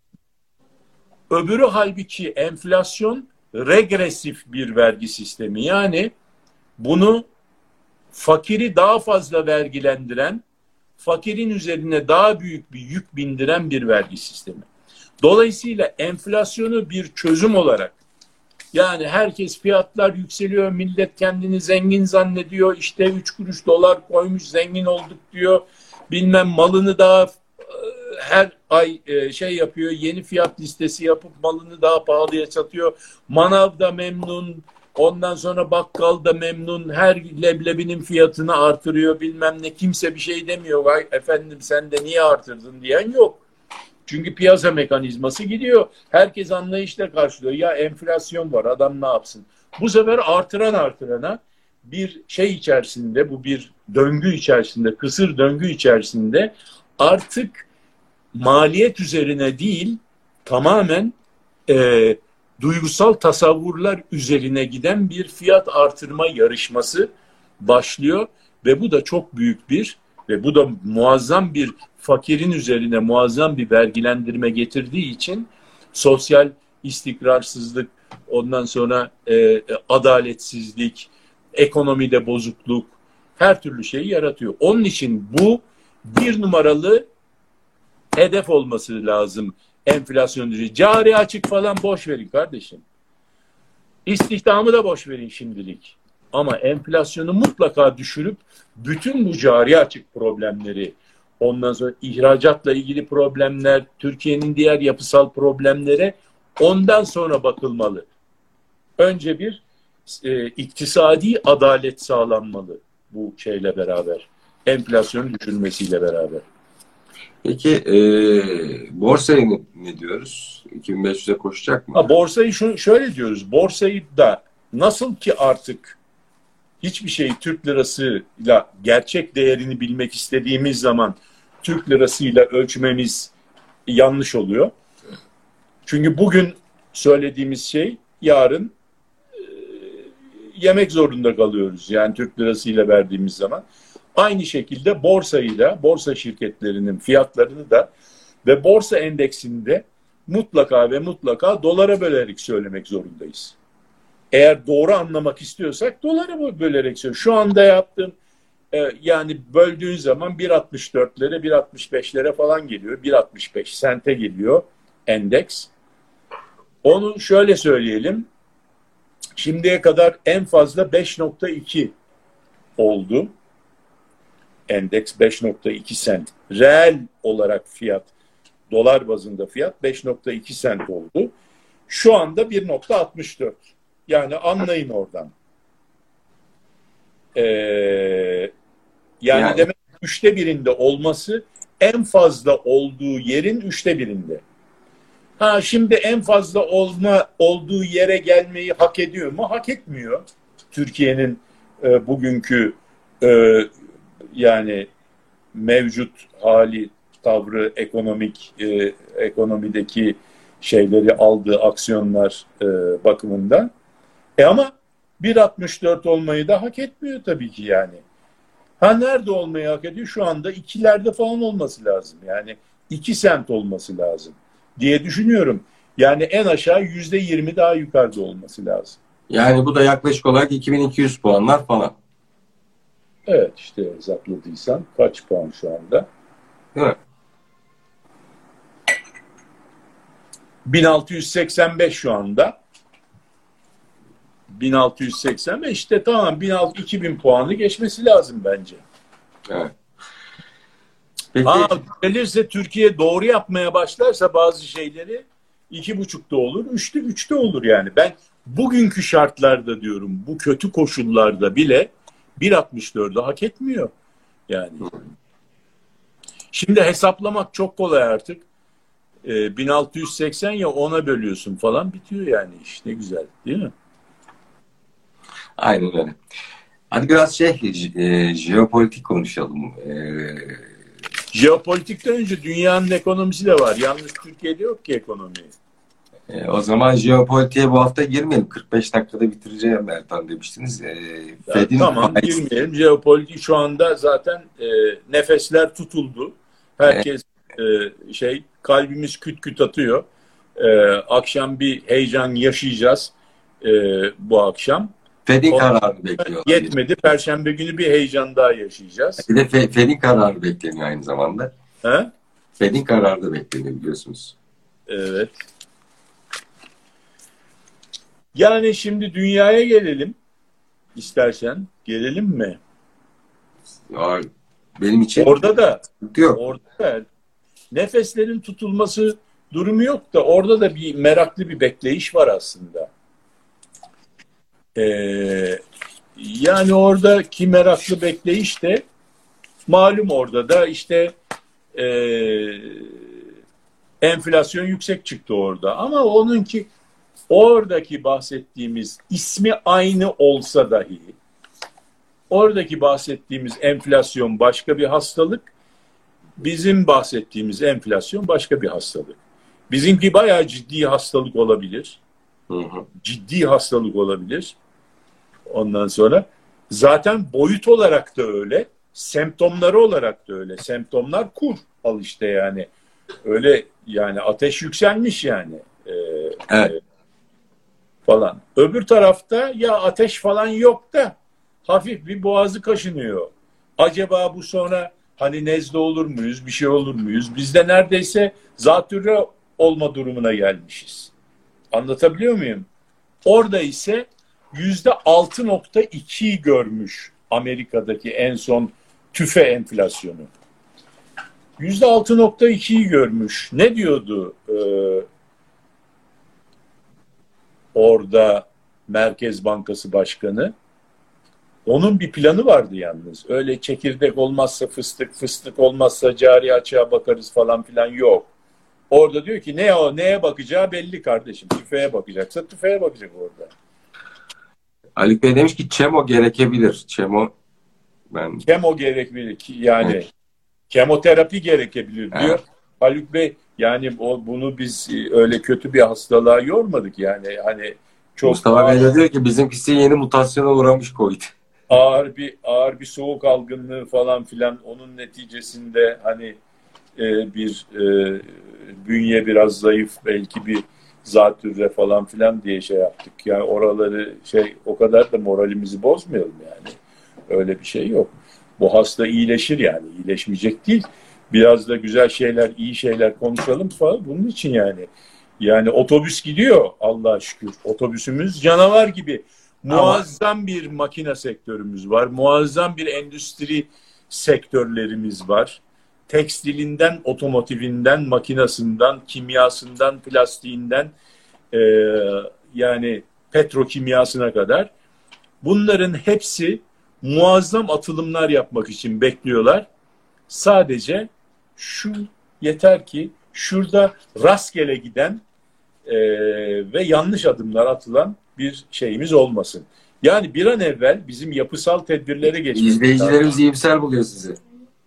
Öbürü halbuki enflasyon regresif bir vergi sistemi. Yani bunu fakiri daha fazla vergilendiren, fakirin üzerine daha büyük bir yük bindiren bir vergi sistemi. Dolayısıyla enflasyonu bir çözüm olarak, yani herkes fiyatlar yükseliyor, millet kendini zengin zannediyor, işte üç kuruş dolar koymuş zengin olduk diyor, bilmem malını daha her ay şey yapıyor, yeni fiyat listesi yapıp malını daha pahalıya satıyor, manav da memnun, ondan sonra bakkal da memnun, her leblebinin fiyatını artırıyor, bilmem ne, kimse bir şey demiyor, vay efendim sen de niye artırdın diyen yok. Çünkü piyasa mekanizması gidiyor. Herkes anlayışla karşılıyor. Ya enflasyon var, adam ne yapsın? Bu sefer artıran artırana bir şey içerisinde, bu bir döngü içerisinde, kısır döngü içerisinde artık maliyet üzerine değil, tamamen e, duygusal tasavvurlar üzerine giden bir fiyat artırma yarışması başlıyor ve bu da çok büyük bir ve bu da muazzam bir fakirin üzerine muazzam bir vergilendirme getirdiği için sosyal istikrarsızlık, ondan sonra e, adaletsizlik, ekonomide bozukluk, her türlü şeyi yaratıyor. Onun için bu bir numaralı hedef olması lazım enflasyon düzeyi. Cari açık falan boş verin kardeşim. İstihdamı da boş verin şimdilik. Ama enflasyonu mutlaka düşürüp bütün bu cari açık problemleri, ondan sonra ihracatla ilgili problemler, Türkiye'nin diğer yapısal problemlere ondan sonra bakılmalı. Önce bir e, iktisadi adalet sağlanmalı bu şeyle beraber. Enflasyonun düşürülmesiyle beraber. Peki e, borsayı ne, ne diyoruz? iki bin beş yüze koşacak mı? Ha, borsayı şu, şöyle diyoruz. Borsayı da nasıl ki artık hiçbir şeyi Türk lirasıyla gerçek değerini bilmek istediğimiz zaman Türk lirasıyla ölçmemiz yanlış oluyor. Çünkü bugün söylediğimiz şey yarın e, yemek zorunda kalıyoruz. Yani Türk lirasıyla verdiğimiz zaman. Aynı şekilde borsayı da, borsa şirketlerinin fiyatlarını da ve borsa endeksinde mutlaka ve mutlaka dolara bölerek söylemek zorundayız. Eğer doğru anlamak istiyorsak dolara bölerek söylüyoruz. Şu anda yaptığım e, yani böldüğün zaman bir altmış dörtlere, bir altmış beşlere falan geliyor. bir altmış beş sente geliyor endeks. Onu şöyle söyleyelim. Şimdiye kadar en fazla beş nokta iki oldu. Endeks beş nokta iki sent. Reel olarak fiyat, dolar bazında fiyat beş nokta iki sent oldu. Şu anda bir nokta altmış dört. Yani anlayın oradan. Ee, yani, yani demek üçte birinde olması en fazla olduğu yerin üçte birinde. Ha şimdi en fazla olma olduğu yere gelmeyi hak ediyor mu? Hak etmiyor. Türkiye'nin e, bugünkü e, yani mevcut hali, tavrı, ekonomik e, ekonomideki şeyleri aldığı aksiyonlar e, bakımından. E ama bir altmış dört olmayı da hak etmiyor tabii ki yani. Ha nerede olmayı hak ediyor? Şu anda ikilerde falan olması lazım. Yani iki sent olması lazım diye düşünüyorum. Yani en aşağı yüzde yirmi daha yukarıda olması lazım. Yani bu da yaklaşık olarak iki bin iki yüz puanlar falan. Evet işte hesapladıysan kaç puan şu anda? Değil mi? bin altı yüz seksen beş şu anda. bin altı yüz seksen beş işte tamam iki bin puanı geçmesi lazım bence. Evet. Peki. Ha, gelirse Türkiye doğru yapmaya başlarsa bazı şeyleri iki buçukta olur, üçte üçte olur yani. Ben bugünkü şartlarda diyorum, bu kötü koşullarda bile bir altmış dördü hak etmiyor yani. Şimdi hesaplamak çok kolay artık. Ee, bin altı yüz seksen ya ona bölüyorsun falan, bitiyor yani iş. Ne güzel değil mi? Aynen öyle. Hadi biraz şey, e, jeopolitik konuşalım. E, Jeopolitikten önce dünyanın ekonomisi de var. Yalnız Türkiye'de yok ki ekonomi. e, o zaman jeopolitiğe bu hafta girmeyelim. kırk beş dakikada bitireceğim Ertan demiştiniz. E, Fed'in tamam faiz... girmeyelim. Jeopolitik şu anda zaten e, nefesler tutuldu. Herkes e, şey kalbimiz küt küt atıyor. E, akşam bir heyecan yaşayacağız e, bu akşam. Fed'in kararını bekliyorlar. Yetmedi. Perşembe günü bir heyecan daha yaşayacağız. Bir de Fe, Fed'in kararı bekleniyor aynı zamanda. He? Fed'in kararı da bekleniyor biliyorsunuz. Evet. Yani şimdi dünyaya gelelim. İstersen gelelim mi? Ya, benim için orada da yok. Orada da nefeslerin tutulması durumu yok da orada da bir meraklı bir bekleyiş var aslında. Ee, yani oradaki meraklı bekleyiş de malum, orada da işte e, enflasyon yüksek çıktı orada. Ama onunki, oradaki bahsettiğimiz ismi aynı olsa dahi oradaki bahsettiğimiz enflasyon başka bir hastalık, bizim bahsettiğimiz enflasyon başka bir hastalık. Bizimki bayağı ciddi hastalık olabilir. Hı hı. Ciddi hastalık olabilir. Ondan sonra zaten boyut olarak da öyle, semptomları olarak da öyle. Semptomlar kur al işte yani. Öyle yani, ateş yükselmiş yani. Ee, Evet. e, falan. Öbür tarafta ya ateş falan yok da hafif bir boğazı kaşınıyor. Acaba bu sonra hani nezle olur muyuz, bir şey olur muyuz? Biz de neredeyse zatürre olma durumuna gelmişiz. Anlatabiliyor muyum? Orada ise yüzde altı nokta iki görmüş Amerika'daki en son tüfe enflasyonu. Yüzde altı nokta ikiyi görmüş. Ne diyordu ee, orada Merkez Bankası Başkanı? Onun bir planı vardı yalnız. Öyle çekirdek olmazsa fıstık, fıstık olmazsa cari açığa bakarız falan filan yok. Orada diyor ki ne o neye bakacağı belli kardeşim. Tüfeğe bakacaksa tüfeğe bakacak orada. Ali Bey demiş ki çemo gerekebilir. Çemo ben Kemo gerekebilir yani evet. Kemoterapi gerekebilir diyor. Evet. Haluk Bey yani o, bunu biz öyle kötü bir hastalığa yormadık yani hani çok Mustafa ağır, Bey de diyor ki bizimkisi yeni mutasyona uğramış Covid. Ağır bir ağır bir soğuk algınlığı falan filan, onun neticesinde hani e, bir e, bünye biraz zayıf, belki bir zatürre falan filan diye şey yaptık. Yani oraları şey, o kadar da moralimizi bozmayalım yani. Öyle bir şey yok. Bu hasta iyileşir yani. İyileşmeyecek değil. Biraz da güzel şeyler, iyi şeyler konuşalım falan. Bunun için yani. Yani otobüs gidiyor Allah'a şükür. Otobüsümüz canavar gibi. Muazzam Ama... bir makine sektörümüz var. Muazzam bir endüstri sektörlerimiz var. Tekstilinden, otomotivinden, makinasından, kimyasından, plastiğinden e, yani petrokimyasına kadar. Bunların hepsi muazzam atılımlar yapmak için bekliyorlar. Sadece şu yeter ki şurada rastgele giden e, ve yanlış adımlar atılan bir şeyimiz olmasın. Yani bir an evvel bizim yapısal tedbirlere geçmemiz lazım. İzleyicilerimiz iyimser buluyor sizi.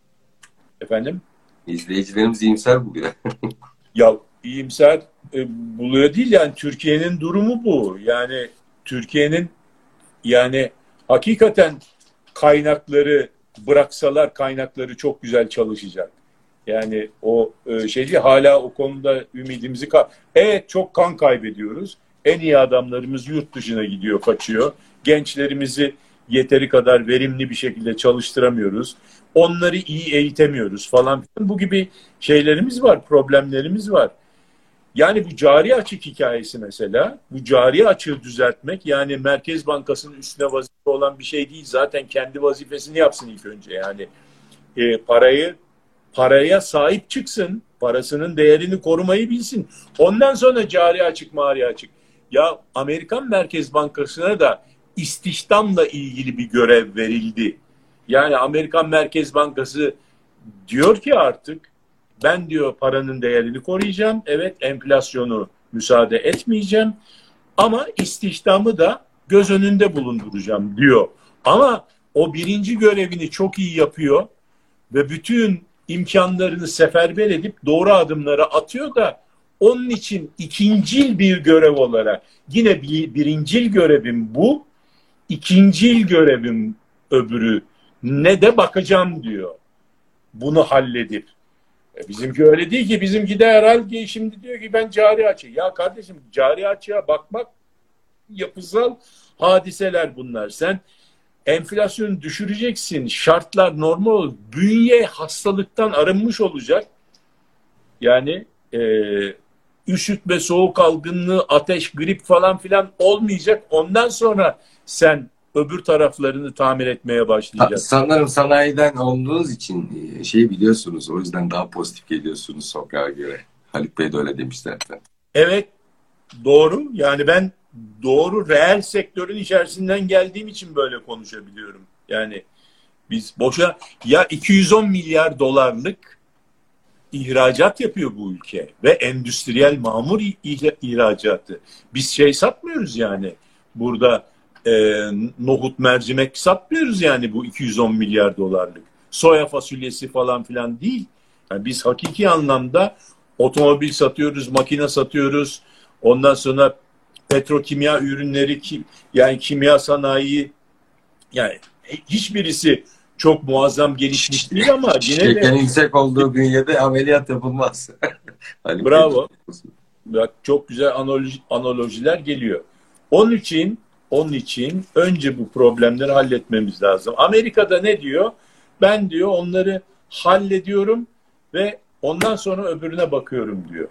Efendim? İzleyicilerimiz iyimser buluyor. Ya iyimser e, buluyor değil yani, Türkiye'nin durumu bu. Yani Türkiye'nin yani hakikaten kaynakları bıraksalar kaynakları çok güzel çalışacak. Yani o e, şeyci hala o konuda ümidimizi ka- evet çok kan kaybediyoruz. En iyi adamlarımız yurt dışına gidiyor, kaçıyor. Gençlerimizi yeteri kadar verimli bir şekilde çalıştıramıyoruz. Onları iyi eğitemiyoruz falan. Bu gibi şeylerimiz var, problemlerimiz var. Yani bu cari açık hikayesi mesela, bu cari açığı düzeltmek yani Merkez Bankası'nın üstüne vazife olan bir şey değil. Zaten kendi vazifesini yapsın ilk önce yani. E, parayı, paraya sahip çıksın, Parasının değerini korumayı bilsin. Ondan sonra cari açık, mali açık. Ya Amerikan Merkez Bankası'na da istihdamla ilgili bir görev verildi. Yani Amerikan Merkez Bankası diyor ki artık ben diyor paranın değerini koruyacağım. Evet, enflasyonu müsaade etmeyeceğim. Ama istihdamı da göz önünde bulunduracağım diyor. Ama o birinci görevini çok iyi yapıyor ve bütün imkanlarını seferber edip doğru adımları atıyor da onun için ikincil bir görev olarak yine bir, birincil görevim bu, ikincil görevim öbürü ne de bakacağım diyor. Bunu halledip. E bizimki öyle değil ki. Bizimki de herhalde şimdi diyor ki ben cari açığı. Ya kardeşim, cari açığa bakmak yapısal hadiseler bunlar. Sen enflasyonu düşüreceksin. Şartlar normal olur. Bünye hastalıktan arınmış olacak. Yani e, üşütme, soğuk algınlığı, ateş, grip falan filan olmayacak. Ondan sonra sen öbür taraflarını tamir etmeye başlayacaksın. Sanırım sanayiden olduğunuz için şeyi biliyorsunuz. O yüzden daha pozitif geliyorsunuz sokağa göre. Haluk Bey de öyle demiş zaten. Evet, doğru. Yani ben doğru reel sektörün içerisinden geldiğim için böyle konuşabiliyorum. Yani biz boşa ya iki yüz on milyar dolarlık ihracat yapıyor bu ülke ve endüstriyel mamur ihracatı. Biz şey satmıyoruz yani. Burada e, nohut, mercimek satmıyoruz yani bu iki yüz on milyar dolarlık. Soya fasulyesi falan filan değil. Yani biz hakiki anlamda otomobil satıyoruz, makine satıyoruz. Ondan sonra petrokimya ürünleri, yani kimya sanayi, yani hiçbirisi çok muazzam gelişmiş değil ama yine de... Şekerin yüksek olduğu bünyede ameliyat yapılmaz. Bravo. Bak, çok güzel analoji, analojiler geliyor. Onun için, onun için önce bu problemleri halletmemiz lazım. Amerika'da ne diyor? Ben diyor onları hallediyorum ve ondan sonra öbürüne bakıyorum diyor.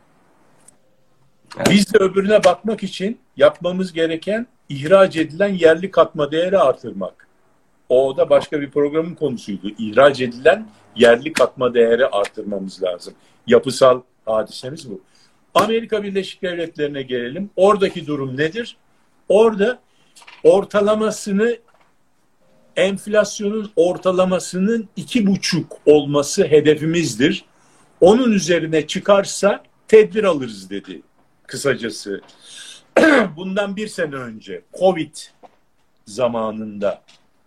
Evet. Biz de öbürüne bakmak için yapmamız gereken ihraç edilen yerli katma değeri artırmak. O da başka bir programın konusuydu. İhraç edilen yerli katma değeri artırmamız lazım. Yapısal hadisemiz bu. Amerika Birleşik Devletleri'ne gelelim. Oradaki durum nedir? Orada ortalamasını, enflasyonun ortalamasının iki buçuk olması hedefimizdir. Onun üzerine çıkarsa tedbir alırız dedi kısacası. Bundan bir sene önce Covid zamanında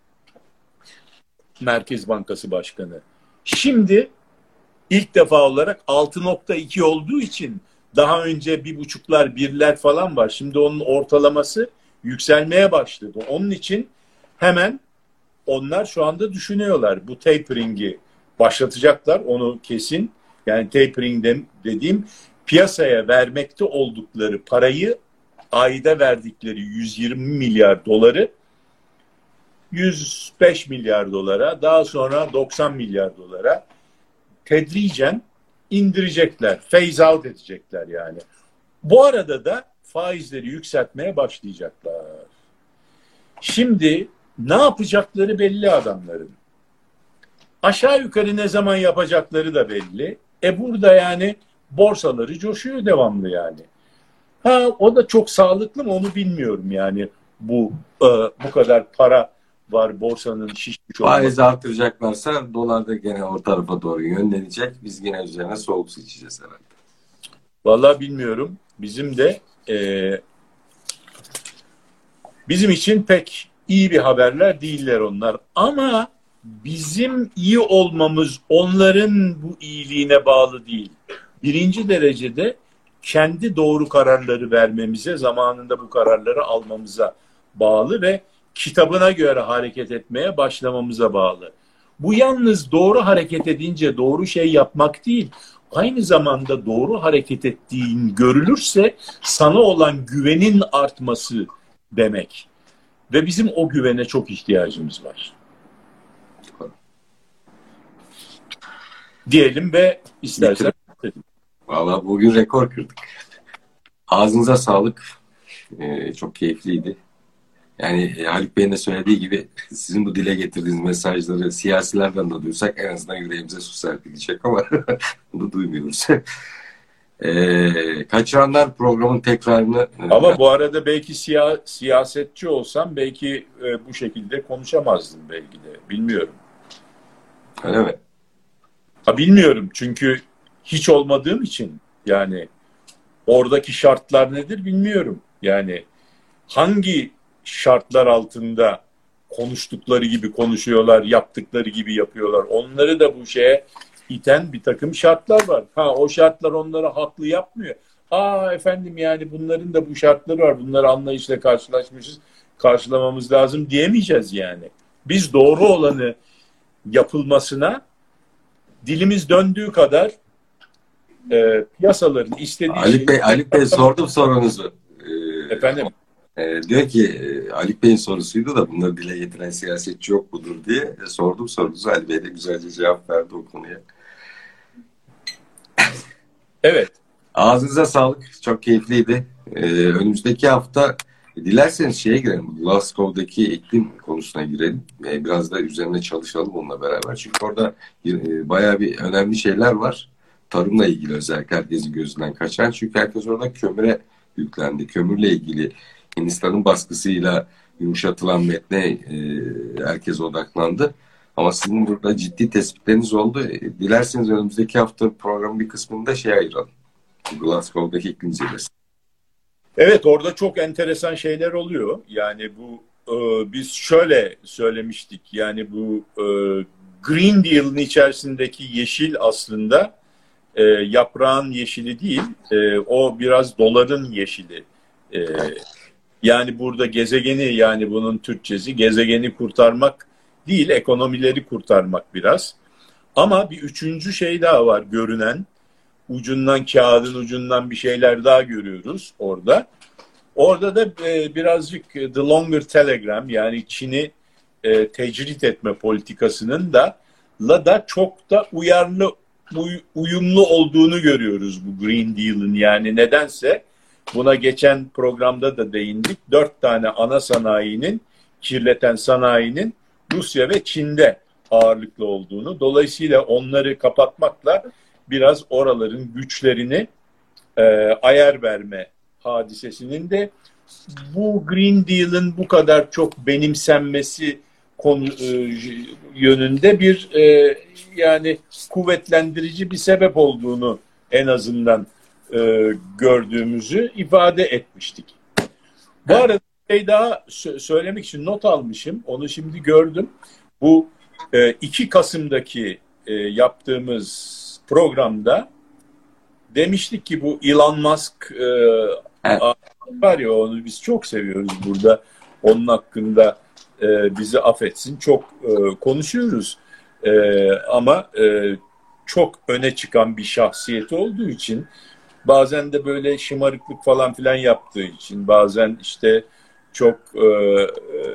Merkez Bankası Başkanı. Şimdi ilk defa olarak altı nokta iki olduğu için daha önce bir buçuklar, birler falan var. Şimdi onun ortalaması yükselmeye başladı. Onun için hemen onlar şu anda düşünüyorlar. Bu tapering'i başlatacaklar, onu kesin. Yani tapering dediğim piyasaya vermekte oldukları parayı, ayda verdikleri yüz yirmi milyar doları yüz beş milyar dolara, daha sonra doksan milyar dolara tedricen indirecekler. Phase out edecekler yani. Bu arada da faizleri yükseltmeye başlayacaklar. Şimdi ne yapacakları belli adamların. Aşağı yukarı ne zaman yapacakları da belli. E burada yani borsaları coşuyor devamlı yani. Ha, o da çok sağlıklı mı onu bilmiyorum yani. Bu e, bu kadar para var borsanın şişmiş olması. Faizi artıracaklarsa dolar da gene o tarafa doğru yönlenecek. Biz yine üzerine soğuk su içeceğiz herhalde. Vallahi bilmiyorum. Bizim de e, bizim için pek iyi bir haberler değiller onlar. Ama bizim iyi olmamız onların bu iyiliğine bağlı değil. Birinci derecede kendi doğru kararları vermemize, zamanında bu kararları almamıza bağlı ve kitabına göre hareket etmeye başlamamıza bağlı. Bu yalnız doğru hareket edince doğru şey yapmak değil, aynı zamanda doğru hareket ettiğin görülürse sana olan güvenin artması demek. Ve bizim o güvene çok ihtiyacımız var. Diyelim ve istersen. Vallahi bugün rekor kırdık. Ağzınıza sağlık. Ee, çok keyifliydi. Yani e, Haluk Bey'in de söylediği gibi sizin bu dile getirdiğiniz mesajları siyasilerden de duysak en azından yüreğimize su serpilecek ama bunu duymuyoruz. E, kaçıranlar programın tekrarını... Ama bu arada belki siya, siyasetçi olsam belki e, bu şekilde konuşamazdım belki de. Bilmiyorum. Öyle mi? Ha, bilmiyorum çünkü hiç olmadığım için yani oradaki şartlar nedir bilmiyorum. Yani hangi şartlar altında konuştukları gibi konuşuyorlar, yaptıkları gibi yapıyorlar. Onları da bu şeye iten bir takım şartlar var. Ha, o şartlar onları haklı yapmıyor. Aa efendim yani bunların da bu şartları var. Bunları anlayışla karşılaşmışız. Karşılamamız lazım diyemeyeceğiz yani. Biz doğru olanı yapılmasına dilimiz döndüğü kadar e, piyasaların istediği Ali şeyi... Bey, Ali Bey sordum sorunuzu. Ee, Efendim? E, diyor ki e, Ali Bey'in sorusuydu da bunları dile getiren siyasetçi yok mudur diye e, sordum sorunuzu. Ali Bey de güzelce cevap verdi o konuya. Evet. Ağzınıza sağlık. Çok keyifliydi. E, önümüzdeki hafta e, dilerseniz şeye girelim. Glasgow'daki iklim konusuna girelim. E, biraz da üzerine çalışalım onunla beraber. Çünkü orada e, bayağı bir önemli şeyler var. Tarımla ilgili özellikle herkesin gözünden kaçan. Çünkü herkes orada kömüre yüklendi. Kömürle ilgili Hindistan'ın baskısıyla yumuşatılan metne e, herkes odaklandı. Ama sizin burada ciddi tespitleriniz oldu. E, dilerseniz önümüzdeki hafta programın bir kısmını da şeye ayıralım. Glasgow'daki iklim zirvesi. Evet, orada çok enteresan şeyler oluyor. Yani bu e, biz şöyle söylemiştik. Yani bu e, Green Deal'ın içerisindeki yeşil aslında e, yaprağın yeşili değil. E, o biraz doların yeşili. E, yani burada gezegeni, yani bunun Türkçesi gezegeni kurtarmak değil, ekonomileri kurtarmak biraz. Ama bir üçüncü şey daha var görünen. Ucundan, kağıdın ucundan bir şeyler daha görüyoruz orada. Orada da e, birazcık The Longer Telegram, yani Çin'i e, tecrit etme politikasının da la da çok da uyarlı, uy, uyumlu olduğunu görüyoruz bu Green Deal'ın. Yani nedense buna geçen programda da değindik. Dört tane ana sanayinin, kirleten sanayinin Rusya ve Çin'de ağırlıklı olduğunu. Dolayısıyla onları kapatmakla biraz oraların güçlerini e, ayar verme hadisesinin de bu Green Deal'ın bu kadar çok benimsenmesi konu e, yönünde bir e, yani kuvvetlendirici bir sebep olduğunu en azından e, gördüğümüzü ifade etmiştik. Bu arada bir şey daha sö- söylemek için not almışım. Onu şimdi gördüm. Bu e, iki Kasım'daki e, yaptığımız programda demiştik ki bu Elon Musk e, Evet. var ya, onu biz çok seviyoruz burada. Onun hakkında e, bizi affetsin. Çok e, konuşuyoruz. E, ama e, çok öne çıkan bir şahsiyeti olduğu için, bazen de böyle şımarıklık falan filan yaptığı için, bazen işte çok e, e,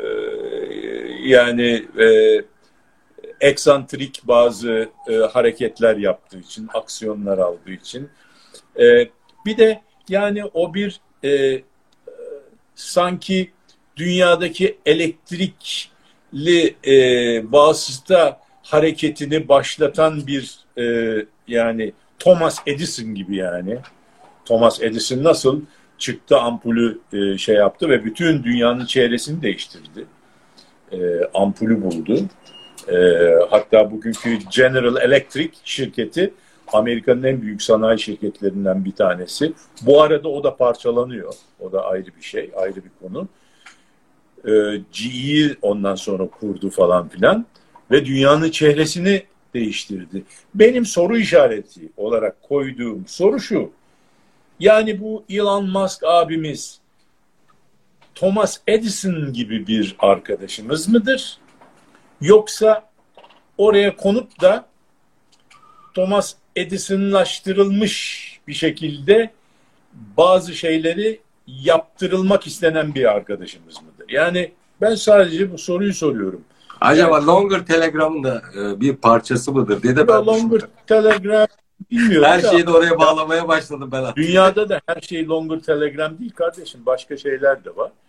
yani e, eksantrik bazı e, hareketler yaptığı için, aksiyonlar aldığı için. E, bir de yani o bir e, e, sanki dünyadaki elektrikli e, vasıta hareketini başlatan bir e, yani Thomas Edison gibi yani. Thomas Edison nasıl çıktı, ampulü e, şey yaptı ve bütün dünyanın çevresini değiştirdi. E, ampulü buldu. E, hatta bugünkü General Electric şirketi Amerika'nın en büyük sanayi şirketlerinden bir tanesi. Bu arada o da parçalanıyor. O da ayrı bir şey, ayrı bir konu. E, G E'yi ondan sonra kurdu falan filan ve dünyanın çehresini değiştirdi. Benim soru işareti olarak koyduğum soru şu. Yani bu Elon Musk abimiz Thomas Edison gibi bir arkadaşımız mıdır? Yoksa oraya konup da Thomas Edison'laştırılmış bir şekilde bazı şeyleri yaptırılmak istenen bir arkadaşımız mıdır? Yani ben sadece bu soruyu soruyorum. Acaba yani, Longer Telegram'ın da e, bir parçası mıdır diye de ben Longer Telegram bilmiyorum. her şeyi de oraya bağlamaya başladım ben artık. Dünyada da her şey Longer Telegram değil kardeşim. Başka şeyler de var.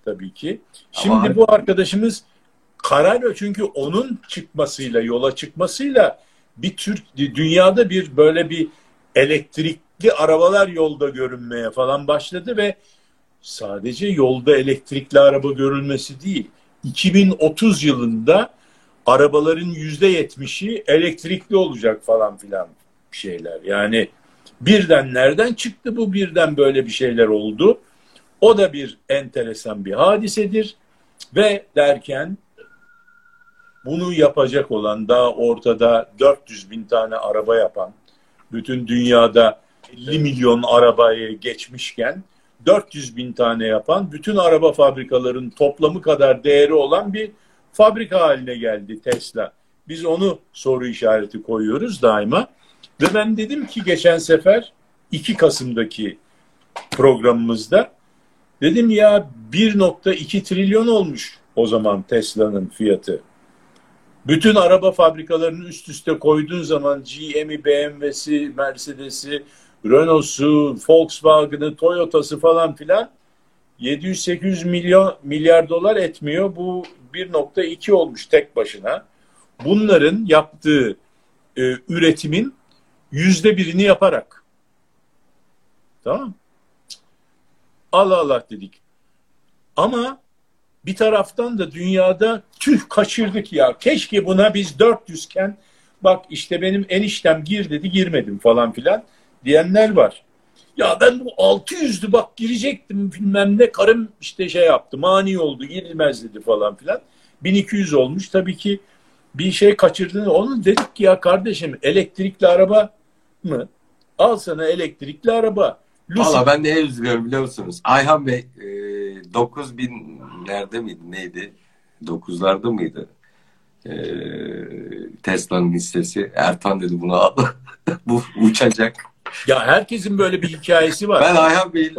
tabii ki. Ama Şimdi bu arkadaşımız karar, çünkü onun çıkmasıyla, yola çıkmasıyla bir Türk dünyada bir böyle bir elektrikli arabalar yolda görünmeye falan başladı ve sadece yolda elektrikli araba görülmesi değil, iki bin otuz yılında arabaların yüzde yetmişi elektrikli olacak falan filan bir şeyler. Yani birden nereden çıktı bu, birden böyle bir şeyler oldu. O da bir enteresan bir hadisedir ve derken bunu yapacak olan, daha ortada dört yüz bin tane araba yapan, bütün dünyada elli milyon arabayı geçmişken dört yüz bin tane yapan, bütün araba fabrikalarının toplamı kadar değeri olan bir fabrika haline geldi Tesla. Biz onu soru işareti koyuyoruz daima. Ve ben dedim ki geçen sefer iki Kasım'daki programımızda, dedim ya bir nokta iki trilyon olmuş o zaman Tesla'nın fiyatı. Bütün araba fabrikalarını üst üste koyduğun zaman G M'i, B M W'si, Mercedes'i, Renault'su, Volkswagen'ı, Toyota'sı falan filan yedi yüz sekiz yüz milyon milyar dolar etmiyor. Bu bir nokta iki olmuş tek başına. Bunların yaptığı e, üretimin yüzde birini yaparak. Tamam. Allah Allah dedik. Ama bir taraftan da dünyada tüh kaçırdık ya. Keşke buna biz dört yüz iken bak işte benim eniştem gir dedi, girmedim falan filan diyenler var. Ya ben bu altı yüzdü bak girecektim bilmem ne, karım işte şey yaptı, mani oldu, girilmez dedi falan filan. bin iki yüz olmuş, tabii ki bir şey kaçırdığını. Onu dedik ki ya kardeşim, elektrikli araba mı? Al sana elektrikli araba. Valla ben de en üzülüyorum biliyor musunuz? Ayhan Bey e, dokuz binlerde miydi neydi? dokuzlarda mıydı? E, Tesla'nın hissesi. Ertan dedi bunu al. Bu uçacak. Ya herkesin böyle bir hikayesi var. Ben Ayhan Bey'in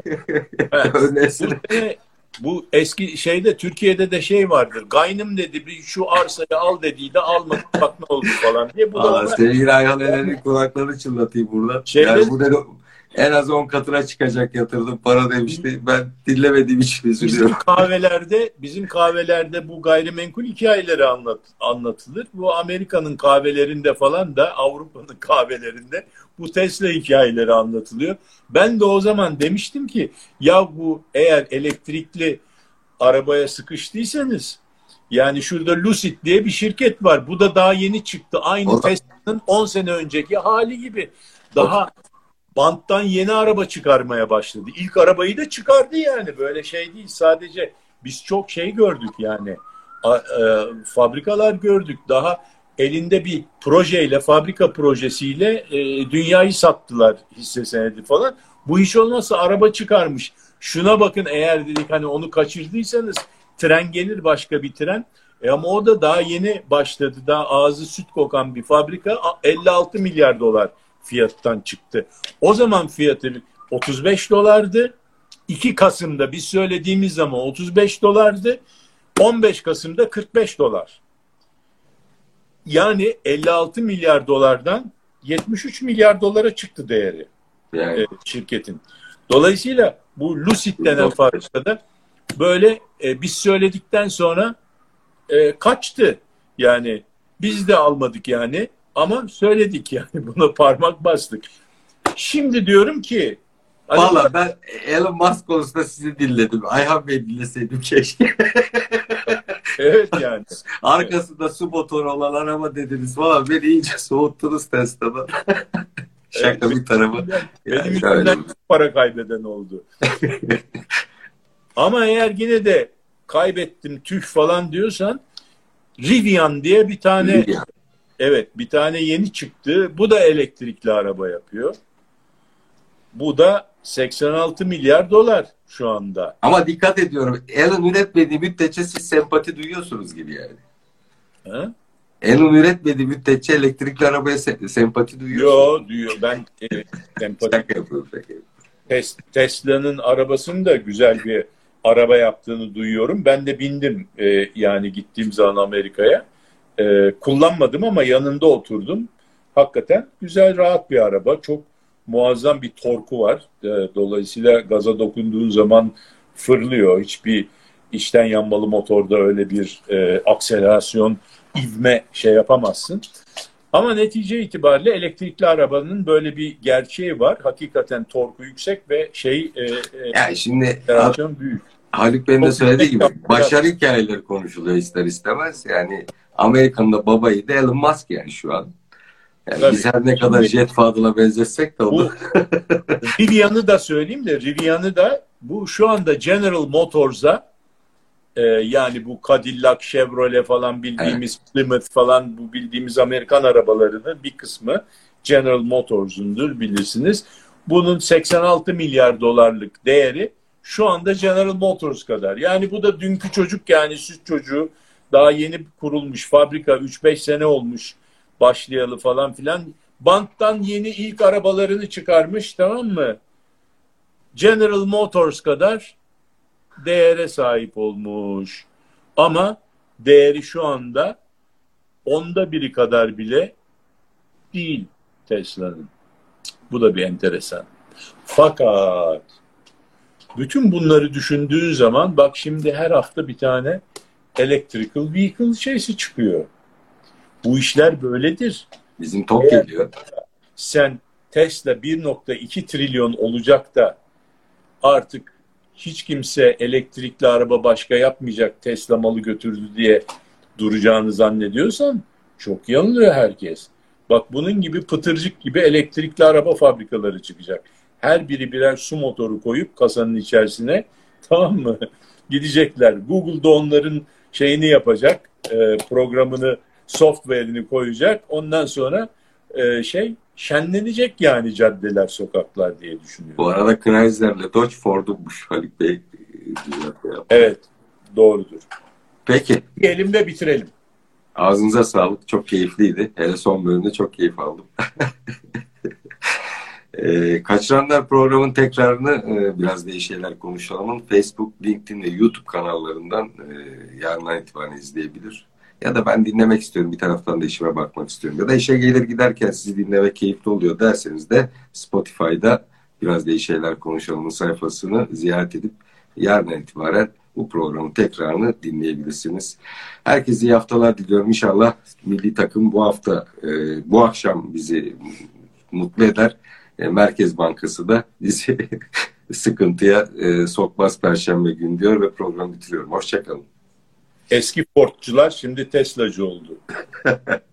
önesini. Bu eski şeyde, Türkiye'de de şey vardır. Gaynım dedi bir şu arsayı al dediği de almadı bak ne oldu falan diye. Bu Valla da sevgili Ayhan Eren'in kulaklarını çınlatayım buradan. Şeyde, yani bu dedi en az on katına çıkacak yatırdım para demişti. Ben dinlemediğim için üzülüyorum. Bizim kahvelerde, bizim kahvelerde bu gayrimenkul hikayeleri anlat, anlatılır. Bu Amerika'nın kahvelerinde falan da, Avrupa'nın kahvelerinde bu Tesla hikayeleri anlatılıyor. Ben de o zaman demiştim ki ya bu eğer elektrikli arabaya sıkıştıysanız, yani şurada Lucid diye bir şirket var. Bu da daha yeni çıktı. Aynı Tesla'nın on sene önceki hali gibi. Daha banttan yeni araba çıkarmaya başladı. İlk arabayı da çıkardı yani. Böyle şey değil. Sadece biz çok şey gördük yani. A, e, fabrikalar gördük. Daha elinde bir projeyle, fabrika projesiyle e, dünyayı sattılar hisse senedi falan. Bu iş olmazsa araba çıkarmış. Şuna bakın, eğer dedik hani onu kaçırdıysanız tren gelir, başka bir tren. E ama o da daha yeni başladı. Daha ağzı süt kokan bir fabrika elli altı milyar dolar fiyattan çıktı. O zaman fiyatı otuz beş dolardı. iki Kasım'da biz söylediğimiz zaman otuz beş dolardı. on beş Kasım'da kırk beş dolar. Yani elli altı milyar dolardan yetmiş üç milyar dolara çıktı değeri yani. e, şirketin. Dolayısıyla bu Lucid denen fabrikada böyle e, biz söyledikten sonra e, kaçtı. Yani biz de almadık yani. Ama söyledik yani, buna parmak bastık. Şimdi diyorum ki valla ben Elon Musk konusunda sizi dinledim. Ayhan Bey dinleseydim keşke. Evet yani. Arkasında su motoru olan araba dediniz. Valla beni iyice soğuttunuz Tesla'dan. Şaka evet, bir tarafa. Benim yüzümden para kaybeden oldu. Ama eğer yine de kaybettim tüh falan diyorsan, Rivian diye bir tane Rivian. Evet, bir tane yeni çıktı. Bu da elektrikli araba yapıyor. Bu da seksen altı milyar dolar şu anda. Ama dikkat ediyorum. Elon üretmediği müddetçe siz sempati duyuyorsunuz gibi yani. Ha? Elon üretmediği müddetçe elektrikli arabaya se- sempati duyuyorsunuz. Yok, duyuyor. Ben e, sempati yapıyorum. Tes- Tesla'nın arabasının da güzel bir araba yaptığını duyuyorum. Ben de bindim e, yani gittiğim zaman Amerika'ya. E, kullanmadım ama yanında oturdum. Hakikaten güzel, rahat bir araba. Çok muazzam bir torku var. E, dolayısıyla gaza dokunduğun zaman fırlıyor. Hiçbir içten yanmalı motorda öyle bir e, akselerasyon, ivme şey yapamazsın. Ama netice itibariyle elektrikli arabanın böyle bir gerçeği var. Hakikaten torku yüksek ve şey e, e, Yani şimdi akselerasyon büyük. Haluk Bey'in de Çok söylediği gibi yüksek başarı hikayeleri konuşuluyor ister istemez. Yani Amerika'nın da babayı da Elon Musk yani şu an. Yani Tabii. biz her ne kadar Şimdi, Jet Fadıl'a benzetsek de o bu Rivian'ı da söyleyeyim de Rivian'ı da bu şu anda General Motors'a e, yani bu Cadillac, Chevrolet falan bildiğimiz evet. Plymouth falan bu bildiğimiz Amerikan arabalarının bir kısmı General Motors'undur bilirsiniz. Bunun seksen altı milyar dolarlık değeri şu anda General Motors kadar. Yani bu da dünkü çocuk yani süt çocuğu daha yeni kurulmuş fabrika üç beş sene olmuş başlayalı falan filan. Banttan yeni ilk arabalarını çıkarmış tamam mı? General Motors kadar değere sahip olmuş. Ama değeri şu anda onda biri kadar bile değil Tesla'nın. Bu da bir enteresan. Fakat bütün bunları düşündüğün zaman bak şimdi her hafta bir tane electrical vehicle şeysi çıkıyor. Bu işler böyledir. Bizim top Eğer geliyor. Sen Tesla bir nokta iki trilyon olacak da artık hiç kimse elektrikli araba başka yapmayacak Tesla malı götürdü diye duracağını zannediyorsan çok yanılıyor herkes. Bak bunun gibi pıtırcık gibi elektrikli araba fabrikaları çıkacak. Her biri birer su motoru koyup kasanın içerisine tamam mı? Gidecekler. Google'da onların şeyini yapacak, programını, software'ini koyacak. Ondan sonra şey şenlenecek yani caddeler, sokaklar diye düşünüyorum. Bu arada Chrysler'le Dodge Ford'unmuş Haluk Bey. Evet, doğrudur. Peki. Elimde bitirelim. Ağzınıza sağlık. Çok keyifliydi. Hele son bölümde çok keyif aldım. e, Kaçıranlar programın tekrarını e, biraz değişik şeyler konuşalımın Facebook, LinkedIn ve YouTube kanallarından e, yarından itibaren izleyebilir. Ya da ben dinlemek istiyorum. Bir taraftan da işime bakmak istiyorum. Ya da işe gelir giderken sizi dinlemek keyifli oluyor derseniz de Spotify'da biraz değişik şeyler konuşalımın sayfasını ziyaret edip yarından itibaren bu programın tekrarını dinleyebilirsiniz. Herkese iyi haftalar diliyorum. İnşallah milli takım bu hafta, e, bu akşam bizi mutlu eder. E, Merkez Bankası da bizi sıkıntıya e, sokmaz Perşembe günü diyor ve programı bitiriyorum. Hoşçakalın. Eski Fordçular şimdi Teslacı oldu.